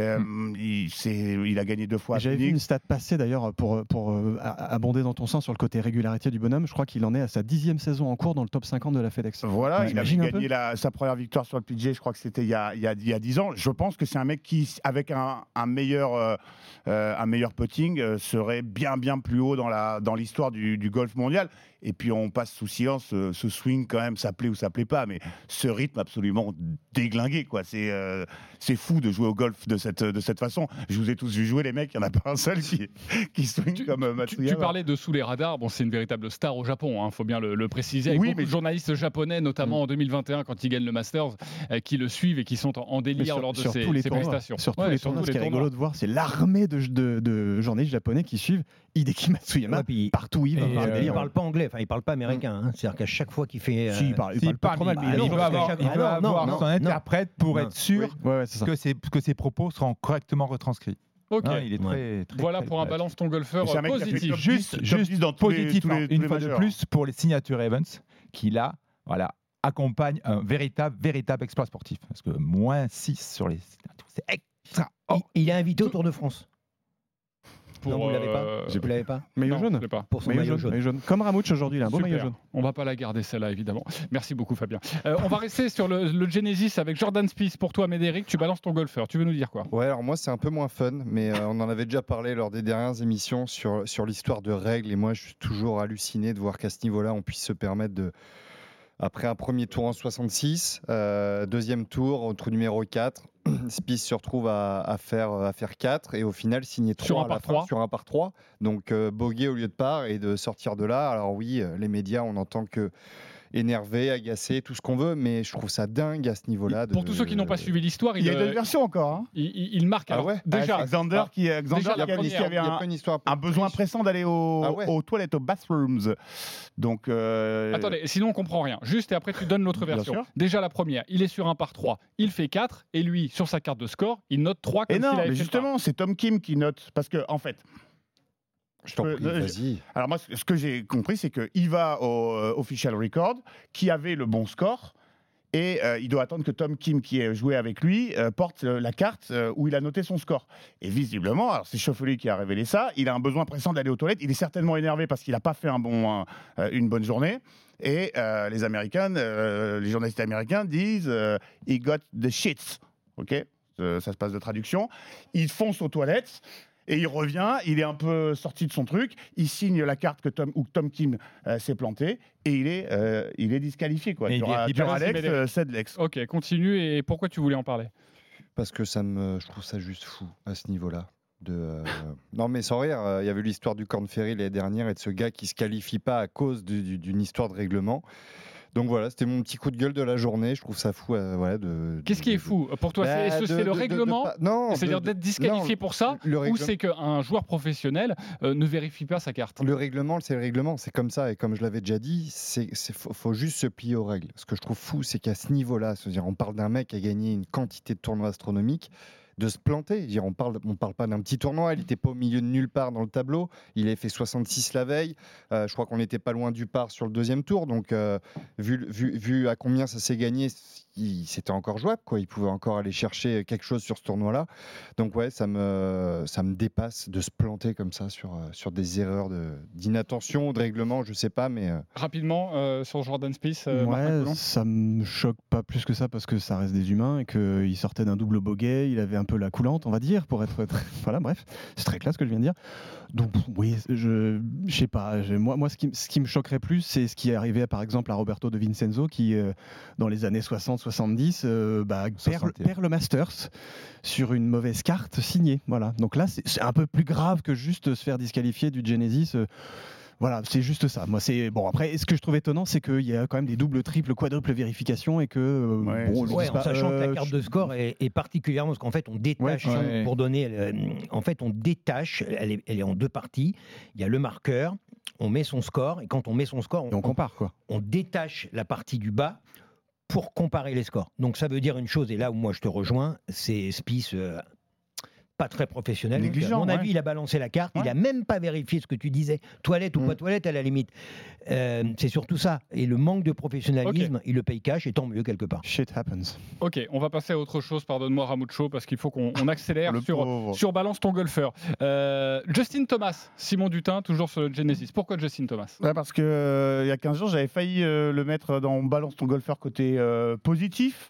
a gagné 2 fois à J'avais vu une stat passer d'ailleurs pour abonder dans ton sens sur le côté régularité du bonhomme. Je crois qu'il en est à sa 10e saison en cours dans le top 50 de la FedEx. Voilà, il a gagné sa première victoire sur le PGA, je crois que c'était il y a 10 ans. Je pense que c'est un mec qui, avec un meilleur putting, serait bien plus haut dans l'histoire du golf mondial. Et puis on passe sous silence ce swing quand même, ça plaît ou ça plaît pas, mais ce rythme absolument déglingué, quoi. C'est fou de jouer au golf de cette façon. Je vous ai tous vu jouer, les mecs, il n'y en a pas un seul qui swing comme Matsuyama. Tu parlais de sous les radars, c'est une véritable star au Japon, faut bien le préciser, avec beaucoup de journalistes japonais, notamment en 2021 quand il gagne le Masters, qui le suivent et qui sont en délire lors de ses prestations. Sur tous les tournois, ce qui est rigolo de voir, c'est l'armée de journalistes japonais qui suivent Hideki Matsuyama partout où il va. Il ne parle pas anglais, il ne parle pas américain. C'est-à-dire qu'à chaque fois qu'il fait... il parle pas trop mal, mais il va avoir son interprète pour être sûr que ses propos seront correctement retranscrits. Ok. Il est très, voilà très, pour un balance ton golfeur positif. Juste positif, une fois de plus pour les signature events qui là, accompagnent un véritable exploit sportif. Parce que -6 sur les signatures, c'est extra. Il est invité au Tour de France. Non, vous l'avez pas. Vous l'avez pas. Maillot jaune. Pour son maillot jaune. Comme Ramucho aujourd'hui, là, un beau maillot jaune. On va pas la garder celle-là, évidemment. Merci beaucoup, Fabien. On va rester sur le Genesis avec Jordan Spieth. Pour toi, Médéric, tu balances ton golfeur. Tu veux nous dire quoi ? Ouais, alors moi c'est un peu moins fun, mais on en avait déjà parlé lors des dernières émissions sur l'histoire de règles. Et moi, je suis toujours halluciné de voir qu'à ce niveau-là, on puisse se permettre de. Après un premier tour en 66, deuxième tour, au trou numéro 4, Spieth se retrouve à faire 4 et au final signer 3 sur un par 3. Donc bogey au lieu de par et de sortir de là. Alors oui, les médias, on entend que énervé, agacé, tout ce qu'on veut, mais je trouve ça dingue à ce niveau-là. Pour tous ceux qui n'ont pas suivi l'histoire, Il y a deux versions encore. Hein. il marque. Ah Alors, ouais déjà, Alexander qui déjà, la avait première, un besoin pressant d'aller Ah ouais. aux toilettes, aux bathrooms. Donc, Attendez, sinon on comprend rien. Juste et après tu donnes l'autre Bien version. sûr. Déjà la première, il est sur 1 par 3, il fait 4 et lui sur sa carte de score, il note 3 comme Et non, s'il avait mais fait justement, c'est Tom Kim qui note. Parce que, en fait. Je t'en prie, vas-y. Alors, moi, ce que j'ai compris, c'est qu'il va au Official Record, qui avait le bon score. Et il doit attendre que Tom Kim, qui est joué avec lui, porte la carte où il a noté son score. Et visiblement, alors c'est Schauffele qui a révélé ça, il a un besoin pressant d'aller aux toilettes. Il est certainement énervé parce qu'il n'a pas fait une bonne journée. Et les Américains, les journalistes américains disent « He got the shits ». Ok, ça se passe de traduction. Il fonce aux toilettes. Et il revient, il est un peu sorti de son truc, il signe la carte que Tom Kim s'est planté et il est disqualifié. Quoi. Et Alex Sedlex. Ok, continue. Et pourquoi tu voulais en parler? Parce que je trouve ça juste fou à ce niveau-là. Non mais sans rire, il y avait l'histoire du Corn Ferry l'année dernière et de ce gars qui se qualifie pas à cause d'une histoire de règlement. Donc voilà, c'était mon petit coup de gueule de la journée. Je trouve ça fou. Qu'est-ce qui est fou pour toi? Est-ce que c'est le règlement? C'est-à-dire d'être disqualifié pour ça? Ou c'est qu'un joueur professionnel ne vérifie pas sa carte? Le règlement, c'est le règlement. C'est comme ça. Et comme je l'avais déjà dit, faut juste se plier aux règles. Ce que je trouve fou, c'est qu'à ce niveau-là, c'est-à-dire on parle d'un mec qui a gagné une quantité de tournois astronomiques, de se planter. On parle pas d'un petit tournoi, il n'était pas au milieu de nulle part dans le tableau, il avait fait 66 la veille, je crois qu'on n'était pas loin du par sur le deuxième tour, donc vu à combien ça s'est gagné, c'était encore jouable, quoi. Il pouvait encore aller chercher quelque chose sur ce tournoi-là. Donc ouais, ça me dépasse de se planter comme ça sur des erreurs d'inattention, de règlement, je sais pas, mais... Rapidement, sur Jordan Spieth, ça me choque pas plus que ça parce que ça reste des humains et qu'il sortait d'un double bogey, il avait un peu la coulante, on va dire, pour être... Voilà, bref, c'est très classe ce que je viens de dire. Donc oui, je sais pas, moi ce qui me choquerait plus, c'est ce qui est arrivé par exemple à Roberto De Vincenzo qui, dans les années 60-70, perd le Masters sur une mauvaise carte signée. Voilà. Donc là, c'est un peu plus grave que juste se faire disqualifier du Genesis. Voilà, c'est juste ça. Moi, c'est bon. Après, ce que je trouve étonnant, c'est qu'il y a quand même des doubles, triples, quadruples vérifications et que en sachant que la carte de score est particulièrement parce qu'en fait, on détache pour donner. En fait, on détache. Elle est en deux parties. Il y a le marqueur. On met son score et quand on met son score, on compare quoi. On détache la partie du bas pour comparer les scores. Donc ça veut dire une chose. Et là où moi je te rejoins, c'est Spieth. Pas très professionnel. À mon avis, il a balancé la carte. Il n'a même pas vérifié ce que tu disais. Toilette ou pas toilette, à la limite. C'est surtout ça. Et le manque de professionnalisme, il le paye cash, et tant mieux quelque part. Shit happens. Ok, on va passer à autre chose. Pardonne-moi, Ramucho, parce qu'il faut qu'on accélère sur Balance ton golfeur. Justin Thomas, Simon Dutin, toujours sur le Genesis. Pourquoi Justin Thomas? Parce qu'il y a 15 jours, j'avais failli le mettre dans Balance ton golfeur côté positif.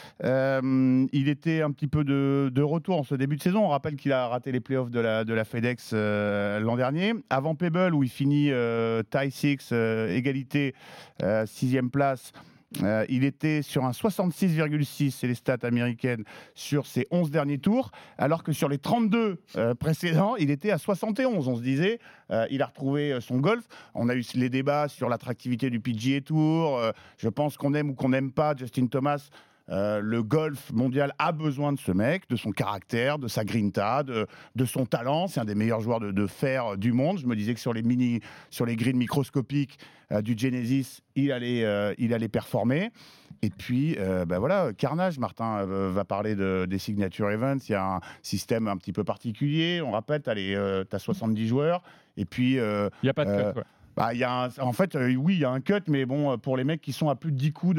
Il était un petit peu de retour en ce début de saison. On rappelle qu'il a raté les playoffs de la FedEx l'an dernier. Avant Pebble, où il finit tie 6, égalité, 6e place. Il était sur un 66,6, c'est les stats américaines, sur ses 11 derniers tours, alors que sur les 32 précédents, il était à 71. On se disait, il a retrouvé son golf. On a eu les débats sur l'attractivité du PGA Tour. Je pense qu'on aime ou qu'on n'aime pas Justin Thomas. Le golf mondial a besoin de ce mec, de son caractère, de sa grinta, de son talent. C'est un des meilleurs joueurs de fer du monde. Je me disais que sur les greens microscopiques du Genesis, il allait performer. Et puis, voilà, Carnage, Martin va parler des Signature Events. Il y a un système un petit peu particulier. On rappelle, tu as 70 joueurs. Et puis... il n'y a pas de cut, oui, il y a un cut, mais bon, pour les mecs qui sont à plus de 10 coups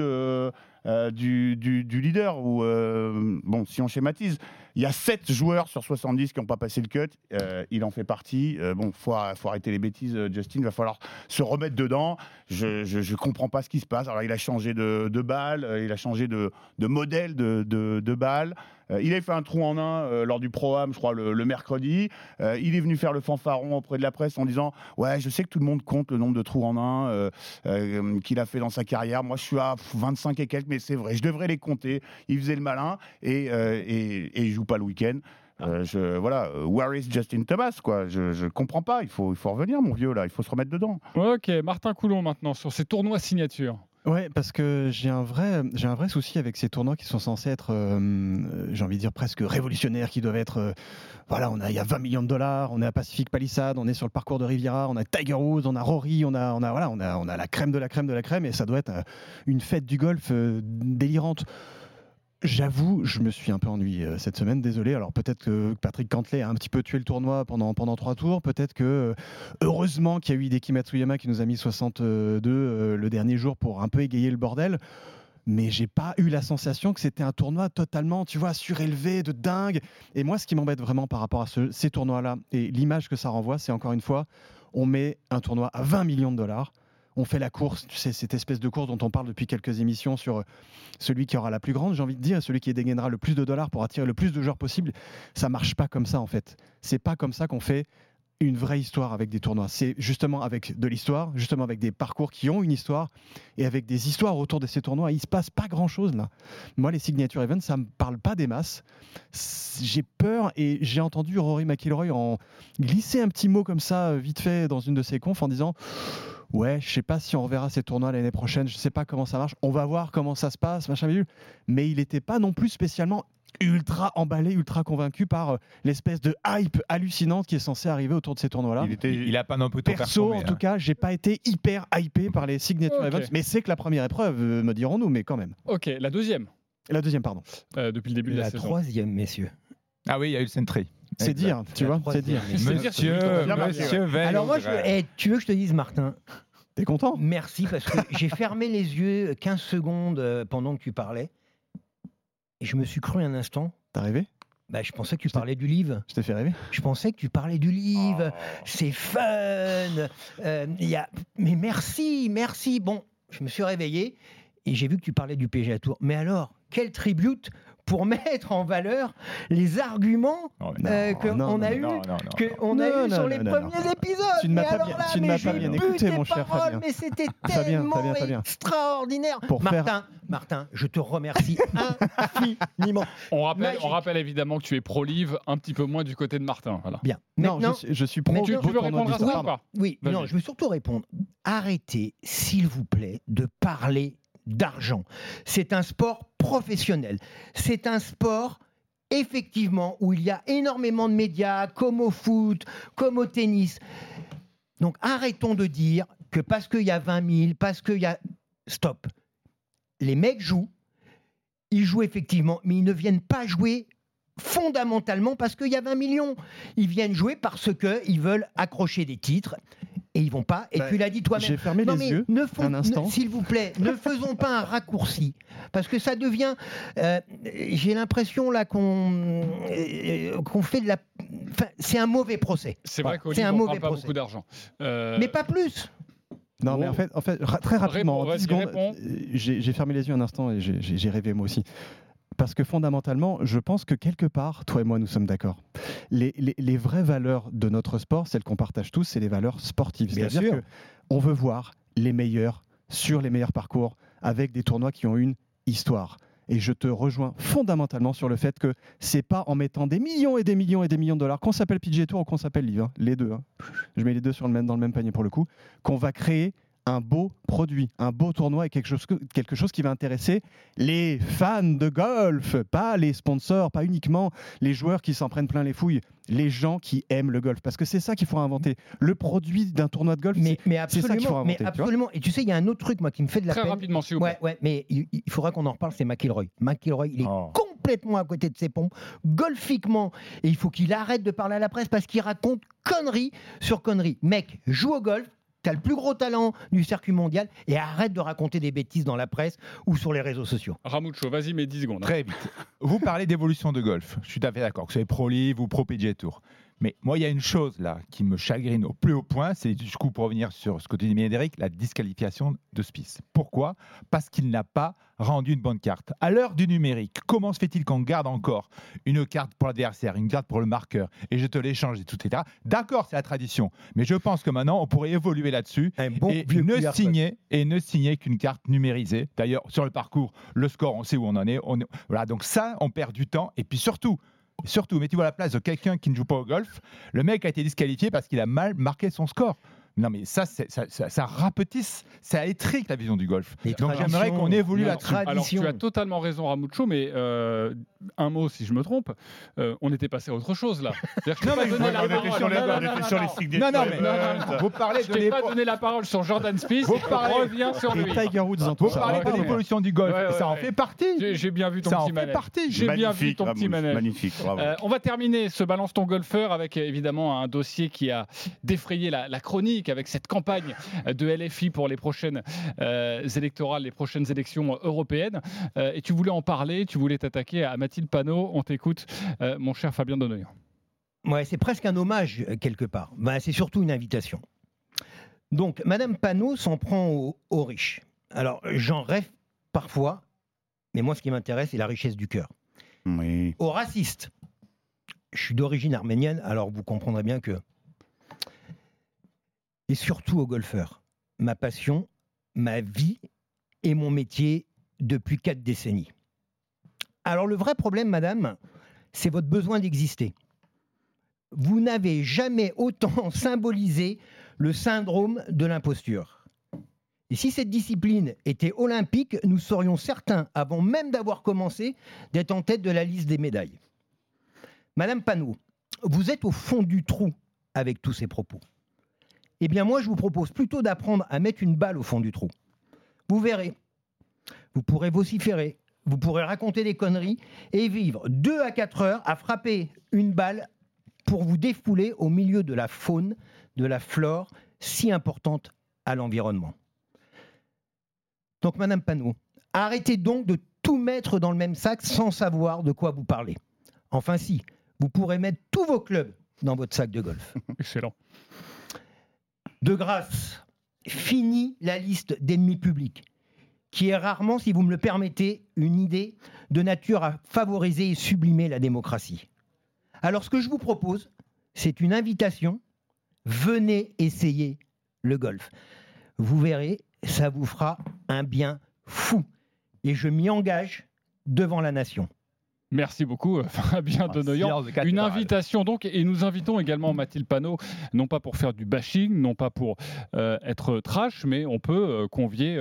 du leader, ou si on schématise, il y a 7 joueurs sur 70 qui n'ont pas passé le cut, il en fait partie. Faut arrêter les bêtises, Justin, il va falloir se remettre dedans. Je comprends pas ce qui se passe. Alors il a changé de balle, il a changé de modèle de balle. Il avait fait un trou en un lors du Pro-Am, je crois, le mercredi. Il est venu faire le fanfaron auprès de la presse en disant « Ouais, je sais que tout le monde compte le nombre de trous en un qu'il a fait dans sa carrière. Moi, je suis à 25 et quelques, mais c'est vrai, je devrais les compter. » Il faisait le malin et il joue pas le week-end. Where is Justin Thomas, quoi. Je comprends pas. Il faut revenir, mon vieux, là. Il faut se remettre dedans. Ok, Martin Coulon maintenant sur ces tournois signature. Ouais, parce que j'ai un vrai souci avec ces tournois qui sont censés être, j'ai envie de dire presque révolutionnaires, qui doivent être, voilà, il y a 20 millions de dollars, on est à Pacific Palisades, on est sur le parcours de Riviera, on a Tiger Woods, on a Rory, on a la crème de la crème de la crème, et ça doit être une fête du golf délirante. J'avoue, je me suis un peu ennuyé cette semaine, désolé. Alors peut-être que Patrick Cantlay a un petit peu tué le tournoi pendant 3 tours. Peut-être que, heureusement qu'il y a eu Hideki Matsuyama qui nous a mis 62 le dernier jour pour un peu égayer le bordel. Mais j'ai pas eu la sensation que c'était un tournoi totalement, tu vois, surélevé, de dingue. Et moi, ce qui m'embête vraiment par rapport à ces tournois-là, et l'image que ça renvoie, c'est encore une fois, on met un tournoi à 20 millions de dollars. On fait la course, tu sais, cette espèce de course dont on parle depuis quelques émissions sur celui qui aura la plus grande, j'ai envie de dire, celui qui dégainera le plus de dollars pour attirer le plus de joueurs possible. Ça marche pas comme ça, en fait. C'est pas comme ça qu'on fait une vraie histoire avec des tournois. C'est justement avec de l'histoire, justement avec des parcours qui ont une histoire, et avec des histoires autour de ces tournois. Il se passe pas grand-chose, là. Moi, les signature events, ça me parle pas des masses. J'ai peur, et j'ai entendu Rory McIlroy en glisser un petit mot comme ça, vite fait, dans une de ses confs, en disant... Ouais, je sais pas si on reverra ces tournois l'année prochaine, je sais pas comment ça marche, on va voir comment ça se passe, machin, mais il n'était pas non plus spécialement ultra emballé, ultra convaincu par l'espèce de hype hallucinante qui est censée arriver autour de ces tournois-là. Il a pas non plus trop perso, performé, en tout cas, j'ai pas été hyper hypé par les signature events, mais c'est que la première épreuve, me dirons-nous, mais quand même. Ok, la deuxième, pardon. depuis le début de la saison. La troisième, messieurs. Ah oui, il y a eu le Sentry. C'est dire, tu vois, c'est dire. Monsieur Veil. Alors moi, tu veux que je te dise, Martin, t'es content? Merci, parce que j'ai fermé les yeux 15 secondes pendant que tu parlais, et je me suis cru un instant. T'as rêvé? Bah, je pensais que tu parlais du livre. Je t'ai fait rêver? Je pensais que tu parlais du livre. C'est fun. Mais merci. Bon, je me suis réveillé et j'ai vu que tu parlais du PGA Tour. Mais alors, quel tribute pour mettre en valeur les arguments qu'on a eu sur les premiers épisodes. Tu ne m'as pas bien écouté, mon cher Fabien. Mais c'était tellement extraordinaire. Martin, je te remercie infiniment. On rappelle évidemment que tu es pro-live, un petit peu moins du côté de Martin. Voilà. Bien. Non, je suis pro. Tu veux répondre à ça ou pas? Oui, non, je veux surtout répondre. Arrêtez, s'il vous plaît, de parler d'argent. C'est un sport professionnel. C'est un sport, effectivement, où il y a énormément de médias, comme au foot, comme au tennis. Donc arrêtons de dire que parce qu'il y a 20 000, parce qu'il y a... Stop. Les mecs jouent, ils jouent effectivement, mais ils ne viennent pas jouer fondamentalement parce qu'il y a 20 millions. Ils viennent jouer parce qu'ils veulent accrocher des titres. Et ils vont pas. Et tu l'as dit toi-même. J'ai fermé les yeux un instant. S'il vous plaît, ne faisons pas un raccourci, parce que ça devient. J'ai l'impression là qu'on fait de la. Enfin, c'est un mauvais procès. C'est vrai qu'au livre, on ne parle pas beaucoup d'argent. Mais pas plus. Non, mais en fait, très rapidement, en 10 secondes, j'ai fermé les yeux un instant et j'ai rêvé moi aussi. Parce que fondamentalement, je pense que quelque part, toi et moi, nous sommes d'accord. Les vraies valeurs de notre sport, celles qu'on partage tous, c'est les valeurs sportives. C'est-à-dire qu'on veut voir les meilleurs sur les meilleurs parcours avec des tournois qui ont une histoire. Et je te rejoins fondamentalement sur le fait que c'est pas en mettant des millions et des millions et des millions de dollars, qu'on s'appelle PGA Tour ou qu'on s'appelle Live, les deux. Je mets les deux dans le même panier pour le coup, qu'on va créer un beau produit, un beau tournoi et quelque chose qui va intéresser les fans de golf, pas les sponsors, pas uniquement les joueurs qui s'en prennent plein les fouilles, les gens qui aiment le golf. Parce que c'est ça qu'il faut inventer. Le produit d'un tournoi de golf, c'est ça qu'il faut inventer. Mais absolument. Et tu sais, il y a un autre truc moi, qui me fait de la peine. Très rapidement, s'il vous plaît. Ouais, mais il faudra qu'on en reparle, c'est McIlroy. McIlroy, il est complètement à côté de ses pompes, golfiquement. Et il faut qu'il arrête de parler à la presse parce qu'il raconte conneries sur conneries. Mec, joue au golf. Tu as le plus gros talent du circuit mondial et arrête de raconter des bêtises dans la presse ou sur les réseaux sociaux. Ramucho, vas-y, mais 10 secondes. Très vite. Vous parlez d'évolution de golf. Je suis tout à fait d'accord, que ce soit pro Live ou pro PGA Tour. Mais moi, il y a une chose là qui me chagrine au plus haut point, c'est du coup, pour revenir sur ce que tu dis, Médéric, la disqualification de Spieth. Pourquoi ? Parce qu'il n'a pas rendu une bonne carte. À l'heure du numérique, comment se fait-il qu'on garde encore une carte pour l'adversaire, une carte pour le marqueur, et je te l'échange, et tout, etc. D'accord, c'est la tradition, mais je pense que maintenant, on pourrait évoluer là-dessus et ne signer qu'une carte numérisée. D'ailleurs, sur le parcours, le score, on sait où on en est. Voilà, donc ça, on perd du temps, et puis surtout, mettez-vous à la place de quelqu'un qui ne joue pas au golf. Le mec a été disqualifié parce qu'il a mal marqué son score. Non, mais ça rapetisse, ça étrique la vision du golf. Les Donc traditions, j'aimerais qu'on évolue la là-dessus. tradition. Alors, tu as totalement raison, Ramucho, mais un mot si je me trompe, on était passé à autre chose là. C'est-à-dire que je t'ai pas donné la On était parole. sur les Non, non, sur les non, cycles des Non, non, clubs, mais vous parlez je de t'ai pas donné la parole sur Jordan Spieth. Reviens sur Et lui. Tiger Woods dans tout Vous ça. parlez de Ouais, l'évolution du golf, ouais, ça en ouais. fait partie. J'ai bien vu ton Ça en petit fait manège. partie. J'ai bien vu Magnifique, ton petit Ramous, manège. magnifique, bravo. On va terminer ce Balance ton golfeur avec évidemment un dossier qui a défrayé la chronique avec cette campagne de LFI pour les prochaines électorales, les prochaines élections européennes. Et tu voulais en parler, tu voulais t'attaquer à Mathilde Panot. On t'écoute, mon cher Fabien Donoyan. Ouais, c'est presque un hommage quelque part. Ben, c'est surtout une invitation. Donc, Madame Panot s'en prend aux riches. Alors, j'en rêve parfois, mais moi, ce qui m'intéresse, c'est la richesse du cœur. Oui. Aux racistes, je suis d'origine arménienne, alors vous comprendrez bien que... Et surtout aux golfeurs. Ma passion, ma vie et mon métier depuis 4 décennies. Alors, le vrai problème, madame, c'est votre besoin d'exister. Vous n'avez jamais autant symbolisé le syndrome de l'imposture. Et si cette discipline était olympique, nous serions certains, avant même d'avoir commencé, d'être en tête de la liste des médailles. Madame Panot, vous êtes au fond du trou avec tous ces propos. Eh bien moi, je vous propose plutôt d'apprendre à mettre une balle au fond du trou. Vous verrez, vous pourrez vociférer, vous pourrez raconter des conneries et vivre 2 à 4 heures à frapper une balle pour vous défouler au milieu de la faune, de la flore, si importante à l'environnement. Donc, Madame Panot, arrêtez donc de tout mettre dans le même sac sans savoir de quoi vous parlez. Enfin si, vous pourrez mettre tous vos clubs dans votre sac de golf. Excellent. De grâce, fini la liste d'ennemis publics, qui est rarement, si vous me le permettez, une idée de nature à favoriser et sublimer la démocratie. Alors, ce que je vous propose, c'est une invitation. Venez essayer le golf. Vous verrez, ça vous fera un bien fou. Et je m'y engage devant la nation. Merci beaucoup, Fabien Donoyan. Silence de Une cathédrale. invitation donc, et nous invitons également Mathilde Panot, non pas pour faire du bashing, non pas pour être trash, mais on peut convier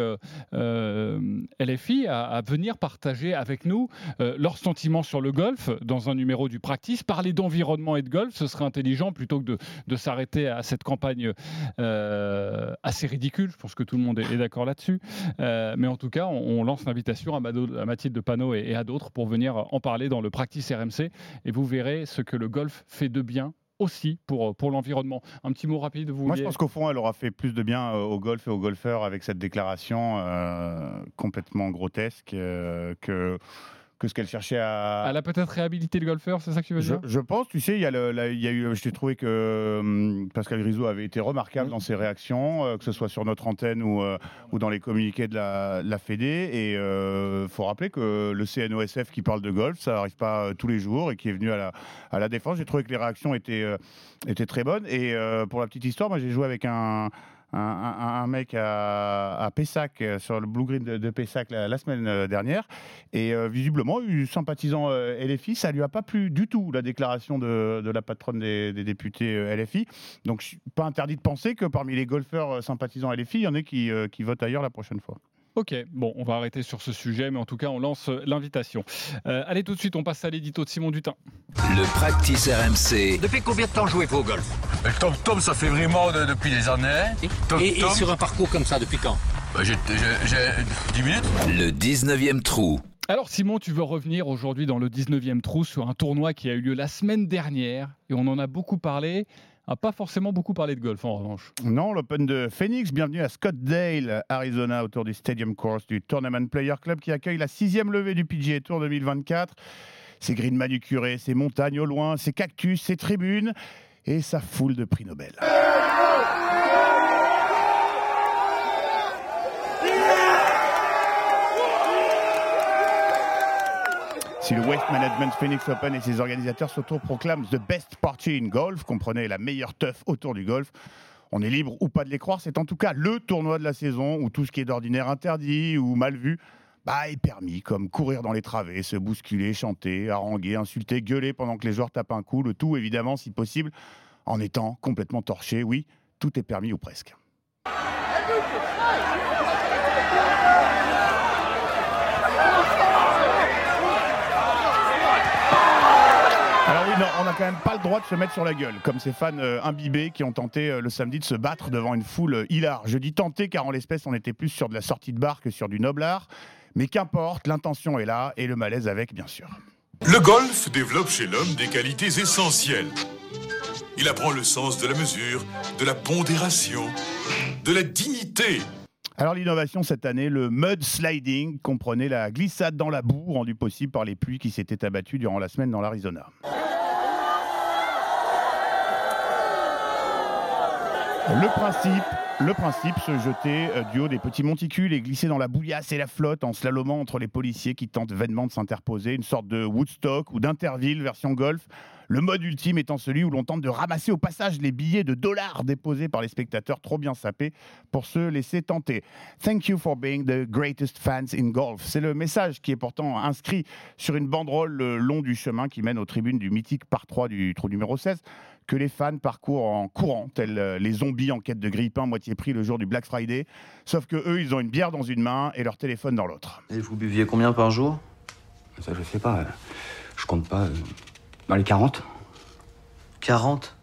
LFI à venir partager avec nous leurs sentiments sur le golf dans un numéro du Practice. Parler d'environnement et de golf, ce serait intelligent plutôt que de s'arrêter à cette campagne assez ridicule. Je pense que tout le monde est d'accord là-dessus. Mais en tout cas, on lance l'invitation à Mathilde Panot et à d'autres pour venir en parler dans le Practice RMC et vous verrez ce que le golf fait de bien aussi pour l'environnement. Un petit mot rapide, vous Moi, vouliez... je pense qu'au fond, elle aura fait plus de bien au golf et aux golfeurs avec cette déclaration complètement grotesque que ce qu'elle cherchait à... Elle a peut-être réhabilité le golfeur, c'est ça que tu veux dire? Je pense, tu sais, il y a eu, je t'ai trouvé que Pascal Grisot avait été remarquable dans ses réactions, que ce soit sur notre antenne ou dans les communiqués de la Fédé. Et il faut rappeler que le CNOSF qui parle de golf, ça n'arrive pas tous les jours et qui est venu à la défense. J'ai trouvé que les réactions étaient très bonnes. Et pour la petite histoire, moi j'ai joué avec un mec à Pessac, sur le Blue Green de Pessac la semaine dernière, et visiblement, sympathisant LFI, ça lui a pas plu du tout, la déclaration de la patronne des députés LFI. Donc, je suis pas interdit de penser que parmi les golfeurs sympathisants LFI, il y en a qui votent ailleurs la prochaine fois. Ok, bon, on va arrêter sur ce sujet, mais en tout cas, on lance l'invitation. Allez, tout de suite, on passe à l'édito de Simon Dutin. Le Practice RMC. Depuis combien de temps jouez-vous au golf? Tom, ça fait vraiment depuis des années. Et sur un parcours comme ça, depuis quand? J'ai 10 minutes. Le 19e trou. Alors Simon, tu veux revenir aujourd'hui dans le 19e trou sur un tournoi qui a eu lieu la semaine dernière, et on en a beaucoup parlé. On n'a pas forcément beaucoup parlé de golf en revanche. Non, l'Open de Phoenix, bienvenue à Scottsdale, Arizona, autour du Stadium Course du Tournament Player Club qui accueille la 6e levée du PGA Tour 2024. Ses greens manucurés, ses montagnes au loin, ses cactus, ses tribunes et sa foule de prix Nobel. Si le Waste Management Phoenix Open et ses organisateurs s'autoproclament The Best Party in Golf, comprenez la meilleure teuf autour du golf, on est libre ou pas de les croire, c'est en tout cas le tournoi de la saison où tout ce qui est d'ordinaire interdit ou mal vu est permis, comme courir dans les travées, se bousculer, chanter, haranguer, insulter, gueuler pendant que les joueurs tapent un coup, le tout évidemment si possible en étant complètement torché, oui. tout est permis ou presque. Alors oui, non, on n'a quand même pas le droit de se mettre sur la gueule, comme ces fans imbibés qui ont tenté le samedi de se battre devant une foule hilare. Je dis tenter car en l'espèce, on était plus sur de la sortie de bar que sur du noble art. Mais qu'importe, l'intention est là et le malaise avec, bien sûr. Le golf développe chez l'homme des qualités essentielles. Il apprend le sens de la mesure, de la pondération, de la dignité. Alors l'innovation cette année, le mud sliding, comprenait la glissade dans la boue rendue possible par les pluies qui s'étaient abattues durant la semaine dans l'Arizona. Le principe, se jeter du haut des petits monticules et glisser dans la bouillasse et la flotte en slalomant entre les policiers qui tentent vainement de s'interposer, une sorte de Woodstock ou d'Interville version golf. Le mode ultime étant celui où l'on tente de ramasser au passage les billets de dollars déposés par les spectateurs trop bien sapés pour se laisser tenter. Thank you for being the greatest fans in golf. C'est le message qui est pourtant inscrit sur une banderole le long du chemin qui mène aux tribunes du mythique par 3 du trou numéro 16 que les fans parcourent en courant, tels les zombies en quête de grille-pain moitié prix le jour du Black Friday. Sauf que eux, ils ont une bière dans une main et leur téléphone dans l'autre. Et vous buviez combien par jour? Ça, je sais pas. Je compte pas. Dans les 40. 40?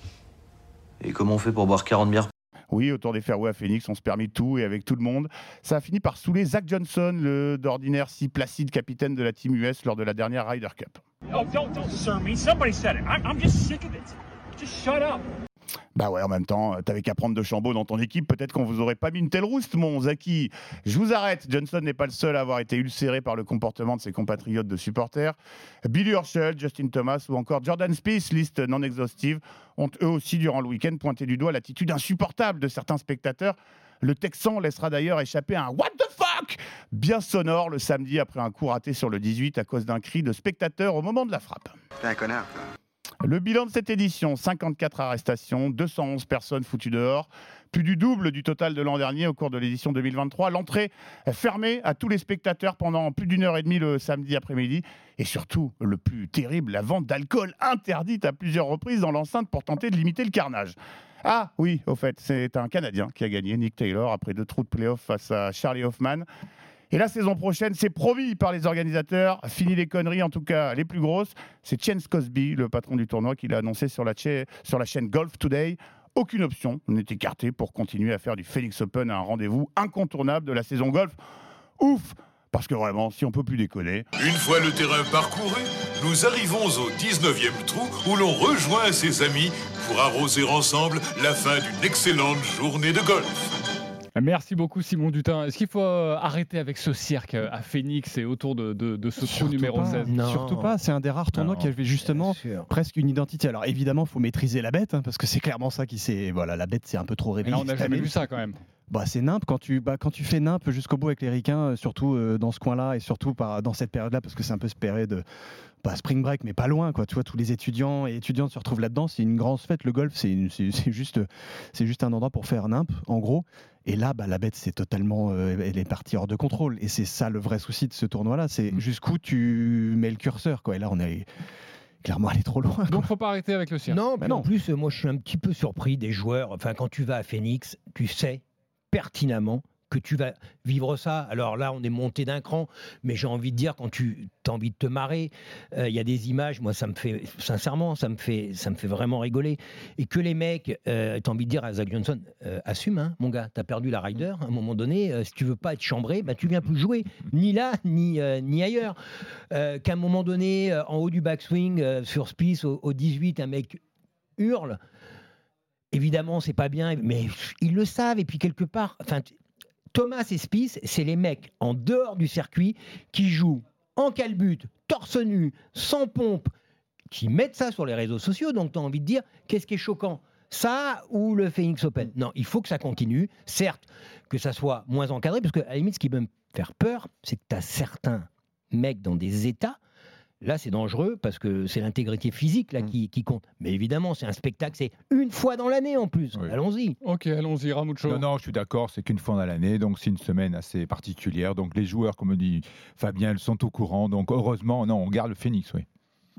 Et comment on fait pour boire 40 bières? Oui, autour des fairways à Phoenix, on se permet tout et avec tout le monde. Ça a fini par saouler Zach Johnson, le d'ordinaire si placide capitaine de la Team US lors de la dernière Ryder Cup. Oh, don't sir me. Somebody said it. I'm just sick of it. Just shut up. Bah ouais, en même temps, t'avais qu'à prendre DeChambeau dans ton équipe, peut-être qu'on vous aurait pas mis une telle rouste, mon Zaki. Je vous arrête, Johnson n'est pas le seul à avoir été ulcéré par le comportement de ses compatriotes de supporters. Billy Horschel, Justin Thomas ou encore Jordan Spieth, liste non exhaustive, ont eux aussi durant le week-end pointé du doigt l'attitude insupportable de certains spectateurs. Le Texan laissera d'ailleurs échapper un « What the fuck ?» bien sonore le samedi après un coup raté sur le 18 à cause d'un cri de spectateur au moment de la frappe. T'es un connard, toi. Le bilan de cette édition, 54 arrestations, 211 personnes foutues dehors, plus du double du total de l'an dernier au cours de l'édition 2023. L'entrée fermée à tous les spectateurs pendant plus d'une heure et demie le samedi après-midi. Et surtout, le plus terrible, la vente d'alcool interdite à plusieurs reprises dans l'enceinte pour tenter de limiter le carnage. Ah oui, au fait, c'est un Canadien qui a gagné, Nick Taylor, après 2 trous de play-off face à Charlie Hoffman. Et la saison prochaine, c'est promis par les organisateurs. Fini les conneries, en tout cas les plus grosses. C'est Chance Cosby, le patron du tournoi, qui l'a annoncé sur la chaîne Golf Today. Aucune option n'est écartée pour continuer à faire du Phoenix Open un rendez-vous incontournable de la saison golf. Ouf! Parce que vraiment, si on peut plus déconner... Une fois le terrain parcouru, nous arrivons au 19e trou où l'on rejoint ses amis pour arroser ensemble la fin d'une excellente journée de golf. Merci beaucoup Simon Dutin. Est-ce qu'il faut arrêter avec ce cirque à Phoenix et autour de ce trou numéro 16? Non. Surtout pas, c'est un des rares tournois qui avait justement presque une identité. Alors évidemment, il faut maîtriser la bête, parce que c'est clairement ça qui s'est... Voilà, la bête c'est un peu trop réveillée. Là, on n'a jamais vu ça quand même. Bah, c'est nimp quand tu fais nimp jusqu'au bout avec les ricains, surtout dans ce coin-là et surtout dans cette période-là, parce que c'est un peu cette période de spring break, mais pas loin, quoi. Tu vois, tous les étudiants et étudiantes se retrouvent là-dedans. C'est une grande fête. Le golf, c'est juste un endroit pour faire nimp, en gros. Et là, la bête, c'est totalement, elle est partie hors de contrôle. Et c'est ça le vrai souci de ce tournoi-là, c'est jusqu'où tu mets le curseur, quoi. Et là, on est clairement allé trop loin. Donc, faut pas arrêter avec le cirque. Non, en plus, moi, je suis un petit peu surpris des joueurs. Enfin, quand tu vas à Phoenix, tu sais pertinemment que tu vas vivre ça. Alors là, on est monté d'un cran, mais j'ai envie de dire, quand tu as envie de te marrer, il y a des images, moi, ça me fait vraiment rigoler. Et que les mecs, tu as envie de dire à Zach Johnson, assume, hein, mon gars, tu as perdu la Ryder, à un moment donné, si tu veux pas être chambré, tu viens plus jouer, ni là, ni ailleurs. Qu'à un moment donné, en haut du backswing, sur Spieth, au 18, un mec hurle. Évidemment, c'est pas bien, mais ils le savent. Et puis, quelque part... Thomas et Spieth, c'est les mecs en dehors du circuit qui jouent en calbute, torse nu, sans pompe, qui mettent ça sur les réseaux sociaux. Donc, tu as envie de dire, qu'est-ce qui est choquant ? Ça ou le Phoenix Open ? Non, il faut que ça continue. Certes, que ça soit moins encadré, parce qu'à la limite, ce qui peut me faire peur, c'est que tu as certains mecs dans des états. Là, c'est dangereux parce que c'est l'intégrité physique là, qui compte. Mais évidemment, c'est un spectacle, c'est une fois dans l'année en plus. Oui. Allons-y. Ok, allons-y, Ramucho. Non, je suis d'accord, c'est qu'une fois dans l'année, donc c'est une semaine assez particulière. Donc les joueurs, comme dit Fabien, ils sont au courant. Donc heureusement, non, on garde le Phoenix, oui. Médéric ?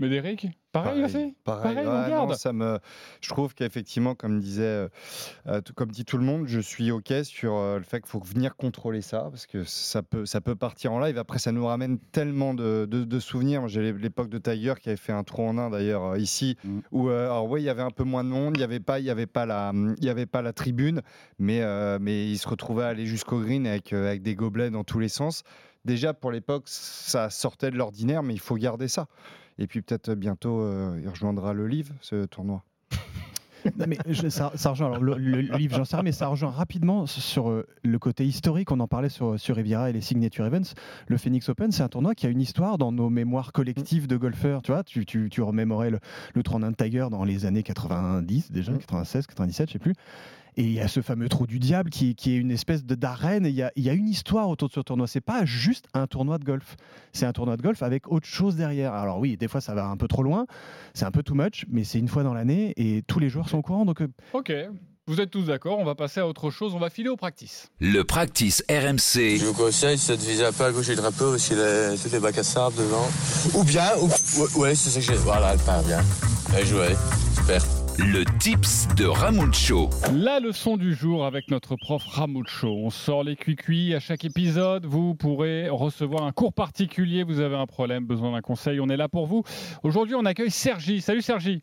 Pareil aussi. Pareil, on garde. Non, je trouve qu'effectivement, comme dit tout le monde, je suis OK sur le fait qu'il faut venir contrôler ça, parce que ça peut partir en live. Après, ça nous ramène tellement de souvenirs. Moi, j'ai l'époque de Tiger qui avait fait un trou en 1 d'ailleurs ici, où alors oui, il y avait un peu moins de monde, il y avait pas la tribune, mais il se retrouvait à aller jusqu'au green avec des gobelets dans tous les sens. Déjà pour l'époque, ça sortait de l'ordinaire, mais il faut garder ça. Et puis peut-être bientôt, il rejoindra le Live, ce tournoi. Non, mais ça rejoint alors, le livre, j'en sais rien, mais ça rejoint rapidement sur le côté historique. On en parlait sur Riviera et les Signature Events. Le Phoenix Open, c'est un tournoi qui a une histoire dans nos mémoires collectives de golfeurs. Tu vois, tu remémorais le tour de Tiger dans les années 90 déjà, 96, 97, je sais plus. Et il y a ce fameux trou du diable qui est une espèce d'arène. Il y a une histoire autour de ce tournoi. C'est pas juste un tournoi de golf. C'est un tournoi de golf avec autre chose derrière. Alors oui, des fois ça va un peu trop loin, c'est un peu too much, mais c'est une fois dans l'année et tous les joueurs sont au courant. Donc Ok. Vous êtes tous d'accord, on va passer à autre chose, on va filer au practice. Le practice RMC. Je vous conseille, c'est de viser un peu à gauche du drapeau, aussi toutes les bacs à sable devant. Ou bien, ouais, c'est ça que j'ai. Voilà, elle part bien. Bien joué, super. Le tips de Ramucho. La leçon du jour avec notre prof Ramucho. On sort les cuicuis à chaque épisode. Vous pourrez recevoir un cours particulier. Vous avez un problème, besoin d'un conseil, on est là pour vous. Aujourd'hui, on accueille Sergi. Salut Sergi.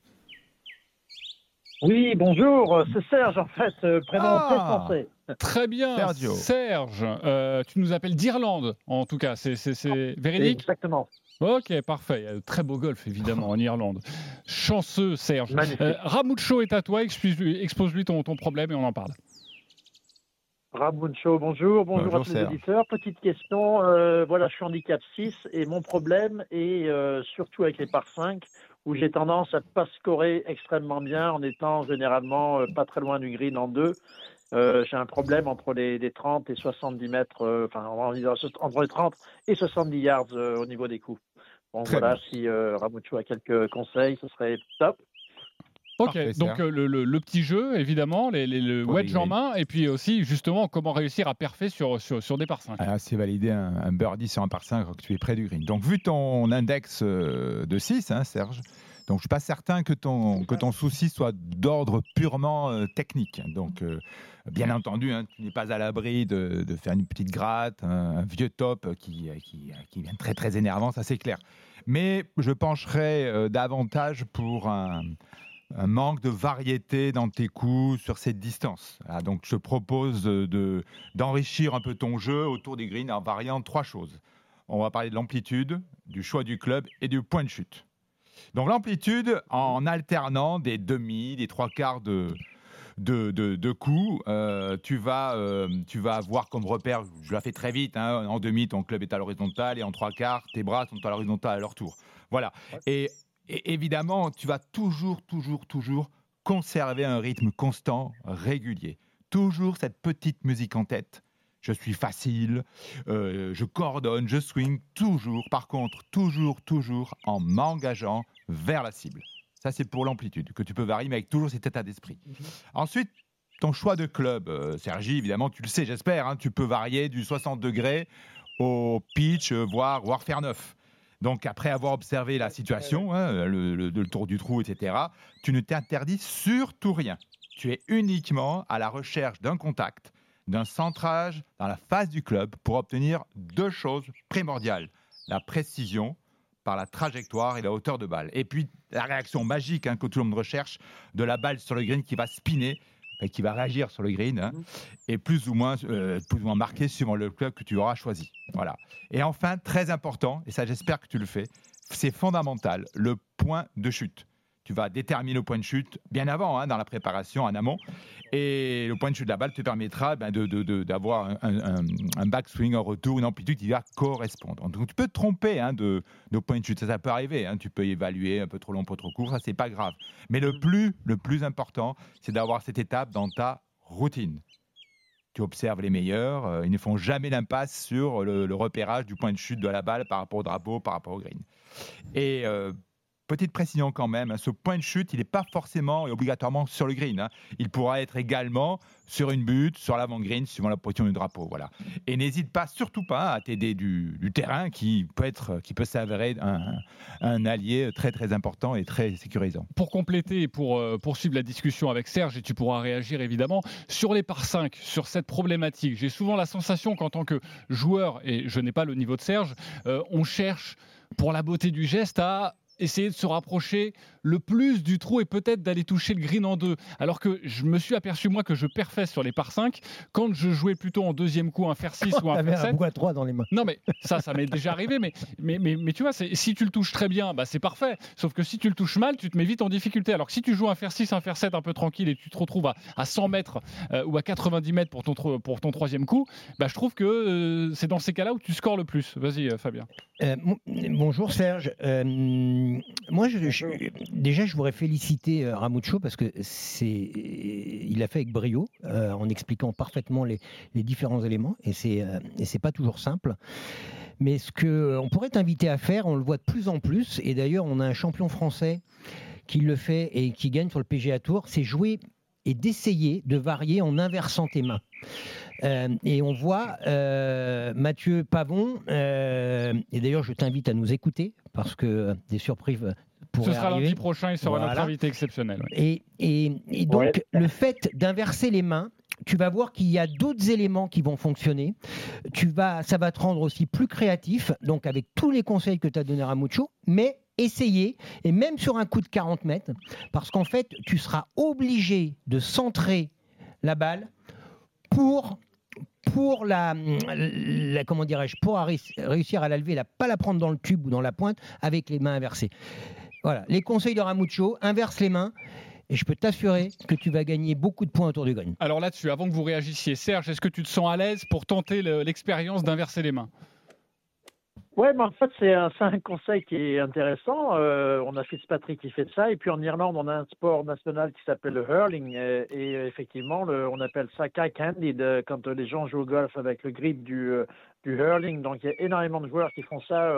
Oui, bonjour, c'est Serge en fait, prénom très français. Très bien, Sergio. Serge. Tu nous appelles d'Irlande, en tout cas, c'est véridique ? Exactement. Ok, parfait. Il y a de très beau golf, évidemment, en Irlande. Chanceux, Serge. Magnifique. Ramucho est à toi. Expose-lui ton problème et on en parle. Ramucho, bonjour à tous les auditeurs. Petite question, voilà, je suis handicap 6 et mon problème est surtout avec les par 5 où j'ai tendance à ne pas scorer extrêmement bien en étant généralement pas très loin du green en 2. J'ai un problème entre les 30 et 70 mètres, entre les 30 et 70 yards au niveau des coups. Bon, Très voilà, bien. si Ramucho a quelques conseils, ce serait top. Ok, Parfait, donc Serge. le petit jeu, évidemment, le Pour wedge les en main, et puis aussi, justement, comment réussir à perfer sur des par 5. Ah, c'est validé un birdie sur un par 5 quand tu es près du green. Donc, vu ton index de 6, Serge, donc je ne suis pas certain que ton souci soit d'ordre purement technique. Donc, bien entendu, tu n'es pas à l'abri de faire une petite gratte, un vieux top qui vient très, très énervant, ça c'est clair. Mais je pencherais davantage pour un manque de variété dans tes coups sur cette distance. Donc, je propose d'enrichir un peu ton jeu autour des greens en variant 3 choses. On va parler de l'amplitude, du choix du club et du point de chute. Donc, l'amplitude, en alternant des demi, des 3/4 de coups, tu vas avoir comme repère, je la fais très vite, en demi, ton club est à l'horizontale et en 3/4, tes bras sont à l'horizontale à leur tour. Voilà. Et évidemment, tu vas toujours conserver un rythme constant, régulier. Toujours cette petite musique en tête. Je suis facile, je coordonne, je swing, toujours. Par contre, toujours en m'engageant vers la cible. Ça, c'est pour l'amplitude, que tu peux varier, mais avec toujours cet état d'esprit. Ensuite, ton choix de club. Sergi, évidemment, tu le sais, j'espère. Tu peux varier du 60 degrés au pitch, voire faire 9. Donc, après avoir observé la situation, le tour du trou, etc., tu ne t'interdis surtout rien. Tu es uniquement à la recherche d'un contact, d'un centrage dans la face du club pour obtenir 2 choses primordiales. La précision par la trajectoire et la hauteur de balle. Et puis, la réaction magique que tout le monde recherche de la balle sur le green qui va spinner, qui va réagir sur le green, et plus ou moins marqué suivant le club que tu auras choisi. Voilà. Et enfin, très important, et ça j'espère que tu le fais, c'est fondamental, le point de chute. Tu vas déterminer le point de chute bien avant, dans la préparation, en amont. Et le point de chute de la balle te permettra d'avoir un backswing en retour, une amplitude qui va correspondre. Donc tu peux te tromper de point de chute, ça peut arriver. Tu peux évaluer un peu trop long, un peu trop court, ça c'est pas grave. Mais le plus important, c'est d'avoir cette étape dans ta routine. Tu observes les meilleurs, ils ne font jamais l'impasse sur le repérage du point de chute de la balle par rapport au drapeau, par rapport au green. Et Petite précision quand même, ce point de chute, il n'est pas forcément et obligatoirement sur le green. Il pourra être également sur une butte, sur l'avant-green, suivant la position du drapeau. Voilà. Et n'hésite surtout pas à t'aider du terrain qui peut s'avérer un allié très très important et très sécurisant. Pour compléter et pour poursuivre la discussion avec Serge, et tu pourras réagir évidemment, sur les par 5, sur cette problématique, j'ai souvent la sensation qu'en tant que joueur, et je n'ai pas le niveau de Serge, on cherche pour la beauté du geste à essayer de se rapprocher le plus du trou et peut-être d'aller toucher le green en 2. Alors que je me suis aperçu, moi, que je perfais sur les par 5 quand je jouais plutôt en deuxième coup un fer 6 ou un fer 7. Un bois 3 dans les mains. Non, mais ça m'est déjà arrivé. Mais tu vois, si tu le touches très bien, c'est parfait. Sauf que si tu le touches mal, tu te mets vite en difficulté. Alors que si tu joues un fer 6, un fer 7 un peu tranquille et tu te retrouves à 100 mètres ou à 90 mètres pour ton troisième coup, je trouve que c'est dans ces cas-là où tu scores le plus. Vas-y, Fabien. Bonjour Serge. Moi, déjà, je voudrais féliciter Ramucho parce que il l'a fait avec brio, en expliquant parfaitement les différents éléments, et c'est pas toujours simple. Mais ce qu'on pourrait t'inviter à faire, on le voit de plus en plus, et d'ailleurs, on a un champion français qui le fait et qui gagne sur le PGA Tour, c'est jouer et d'essayer de varier en inversant tes mains. Et on voit Mathieu Pavon, et d'ailleurs je t'invite à nous écouter parce que des surprises pourraient arriver. Ce sera lundi prochain, il sera notre invité exceptionnel. Ouais. Et donc le fait d'inverser les mains, tu vas voir qu'il y a d'autres éléments qui vont fonctionner. Ça va te rendre aussi plus créatif, donc avec tous les conseils que tu as donnés à Ramucho, mais essayer, et même sur un coup de 40 mètres, parce qu'en fait, tu seras obligé de centrer la balle pour comment dirais-je, pour réussir à la lever, pas la prendre dans le tube ou dans la pointe avec les mains inversées. Voilà, les conseils de Ramucho, inverse les mains. Et je peux t'assurer que tu vas gagner beaucoup de points autour du green. Alors là-dessus, avant que vous réagissiez, Serge, est-ce que tu te sens à l'aise pour tenter l'expérience d'inverser les mains ? Ouais, mais en fait, c'est un conseil qui est intéressant. On a Fitzpatrick qui fait ça. Et puis en Irlande, on a un sport national qui s'appelle le hurling. Et effectivement, on appelle ça kick-handed quand les gens jouent au golf avec le grip du hurling. Donc il y a énormément de joueurs qui font ça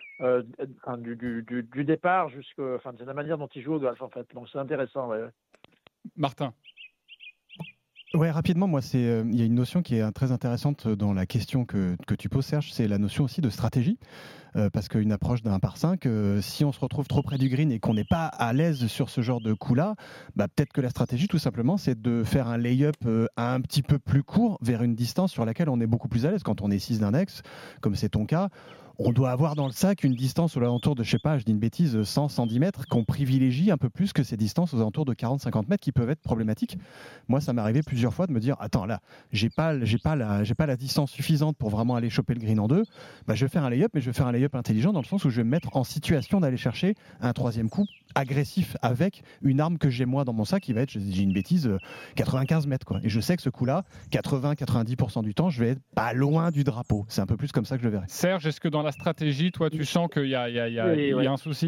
du départ jusqu'au... Enfin, c'est la manière dont ils jouent au golf, en fait. Donc c'est intéressant, ouais. Martin. Ouais, rapidement, moi, il y a une notion qui est très intéressante dans la question que tu poses, Serge, c'est la notion aussi de stratégie. Parce qu'une approche d'un par 5, si on se retrouve trop près du green et qu'on n'est pas à l'aise sur ce genre de coup-là, peut-être que la stratégie, tout simplement, c'est de faire un lay-up un petit peu plus court vers une distance sur laquelle on est beaucoup plus à l'aise. Quand on est 6 d'index, comme c'est ton cas, on doit avoir dans le sac une distance aux alentours de, je dis une bêtise, 100, 110 mètres, qu'on privilégie un peu plus que ces distances aux alentours de 40, 50 mètres qui peuvent être problématiques. Moi, ça m'est arrivé plusieurs fois de me dire, attends, là, j'ai pas la distance suffisante pour vraiment aller choper le green en 2. Je vais faire un lay-up, mais je vais faire un lay-up intelligent dans le sens où je vais me mettre en situation d'aller chercher un troisième coup agressif avec une arme que j'ai moi dans mon sac qui va être, j'ai une bêtise, 95 mètres, quoi. Et je sais que ce coup-là, 80-90% du temps, je vais être pas loin du drapeau. C'est un peu plus comme ça que je le verrai. Serge, est-ce que dans la stratégie, toi, tu sens qu'il y a un souci ?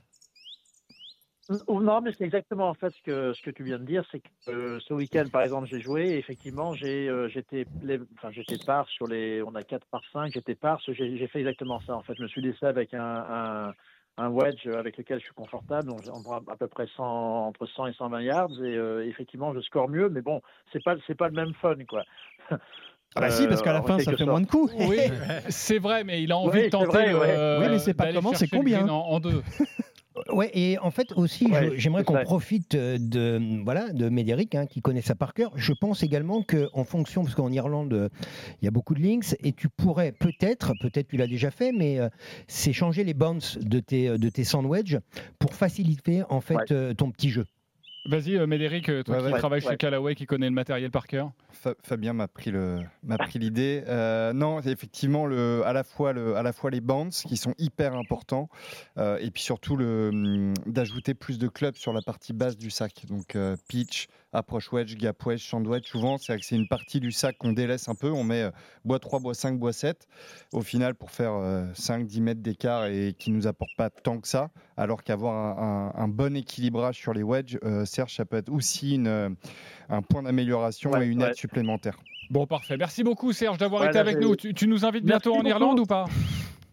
Non, mais c'est exactement en fait ce que tu viens de dire, c'est que ce week-end, par exemple, j'ai joué et effectivement, j'étais par sur on a 4 par 5, j'étais par, j'ai fait exactement ça. En fait, je me suis laissé avec un wedge avec lequel je suis confortable, donc à peu près entre 100 et 120 yards, et effectivement, je score mieux, mais bon, c'est pas le même fun, quoi. Si, parce qu'à la fin, ça fait moins de coups. Oui, c'est vrai, mais il a envie de tenter. Oui, mais c'est pas comment, c'est combien en 2. Ouais, et en fait aussi, j'aimerais qu'on profite de Médéric, qui connaît ça par cœur. Je pense également qu'en fonction, parce qu'en Irlande, il y a beaucoup de links, et tu pourrais peut-être tu l'as déjà fait, mais c'est changer les bounce de tes sandwich pour faciliter en fait ton petit jeu. Vas-y, Médéric, toi qui travailles chez Callaway, qui connaît le matériel par cœur. Fabien m'a pris l'idée. Non, effectivement, à la fois les bounce qui sont hyper importants, et puis surtout d'ajouter plus de clubs sur la partie basse du sac. Donc pitch, approche wedge, gap wedge, sand wedge. Souvent, c'est une partie du sac qu'on délaisse un peu. On met bois 3, bois 5, bois 7. Au final, pour faire 5-10 mètres d'écart et qui nous apporte pas tant que ça, alors qu'avoir un bon équilibrage sur les wedges, Serge, ça peut être aussi un point d'amélioration et une aide supplémentaire. Bon, parfait. Merci beaucoup, Serge, d'avoir été avec nous. Tu nous invites bientôt en Irlande ou pas ?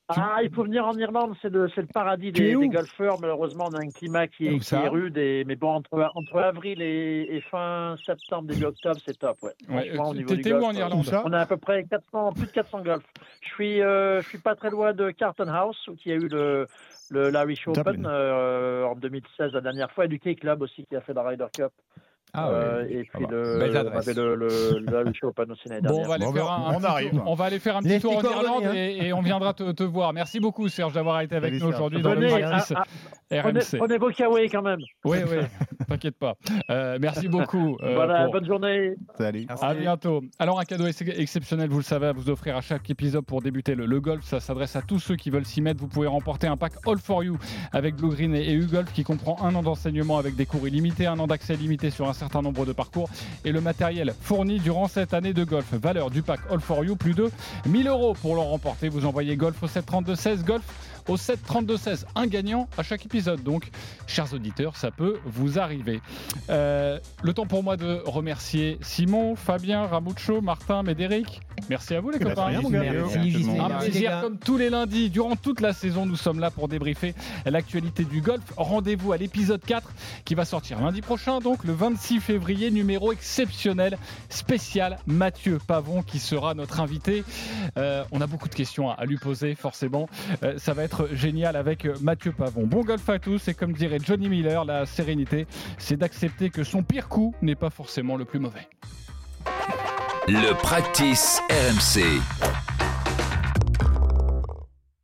Il faut venir en Irlande, c'est le paradis des golfeurs. Malheureusement, on a un climat qui est rude. Mais bon, entre avril et fin septembre, début octobre, c'est top. T'étais où en Irlande? On a à peu près plus de 400 golfs. Je suis pas très loin de Carlton House, où il y a eu le Irish Open en 2016 la dernière fois, et du Key Club aussi qui a fait la Ryder Cup. Et puis le Irish Open aussi l'année dernière. On va aller faire un petit tour en Irlande et on viendra te voir. Merci beaucoup Serge d'avoir été avec nous aujourd'hui dans le Practice RMC. Prenez vos kawaii quand même. Oui, t'inquiète pas. Merci beaucoup. Bonne journée. Salut. À bientôt. Alors un cadeau exceptionnel, vous le savez, à vous offrir à chaque épisode pour débuter le golf. Ça s'adresse à tous ceux qui veulent s'y mettre. Vous pouvez remporter un pack All for You avec Blue Green et U-Golf qui comprend 1 an d'enseignement avec des cours illimités, 1 an d'accès limité sur un certain nombre de parcours et le matériel fourni durant cette année de golf. Valeur du pack All for You, plus de 1 000 € pour le remporter. Vous envoyez golf au 732-16, golf au 732-16. Un gagnant à chaque épisode. Donc, chers auditeurs, ça peut vous arriver. Le temps pour moi de remercier Simon, Fabien, Ramuccio, Martin, Médéric. Merci à vous les copains. Un plaisir comme tous les lundis. Durant toute la saison, nous sommes là pour débriefer l'actualité du golf. Rendez-vous à l'épisode 4 qui va sortir lundi prochain, donc le 26 février, numéro exceptionnel, spécial Mathieu Pavon qui sera notre invité. On a beaucoup de questions à lui poser, forcément. Ça va être génial avec Mathieu Pavon. Bon golf à tous et comme dirait Johnny Miller, la sérénité, c'est d'accepter que son pire coup n'est pas forcément le plus mauvais. Le Practice RMC.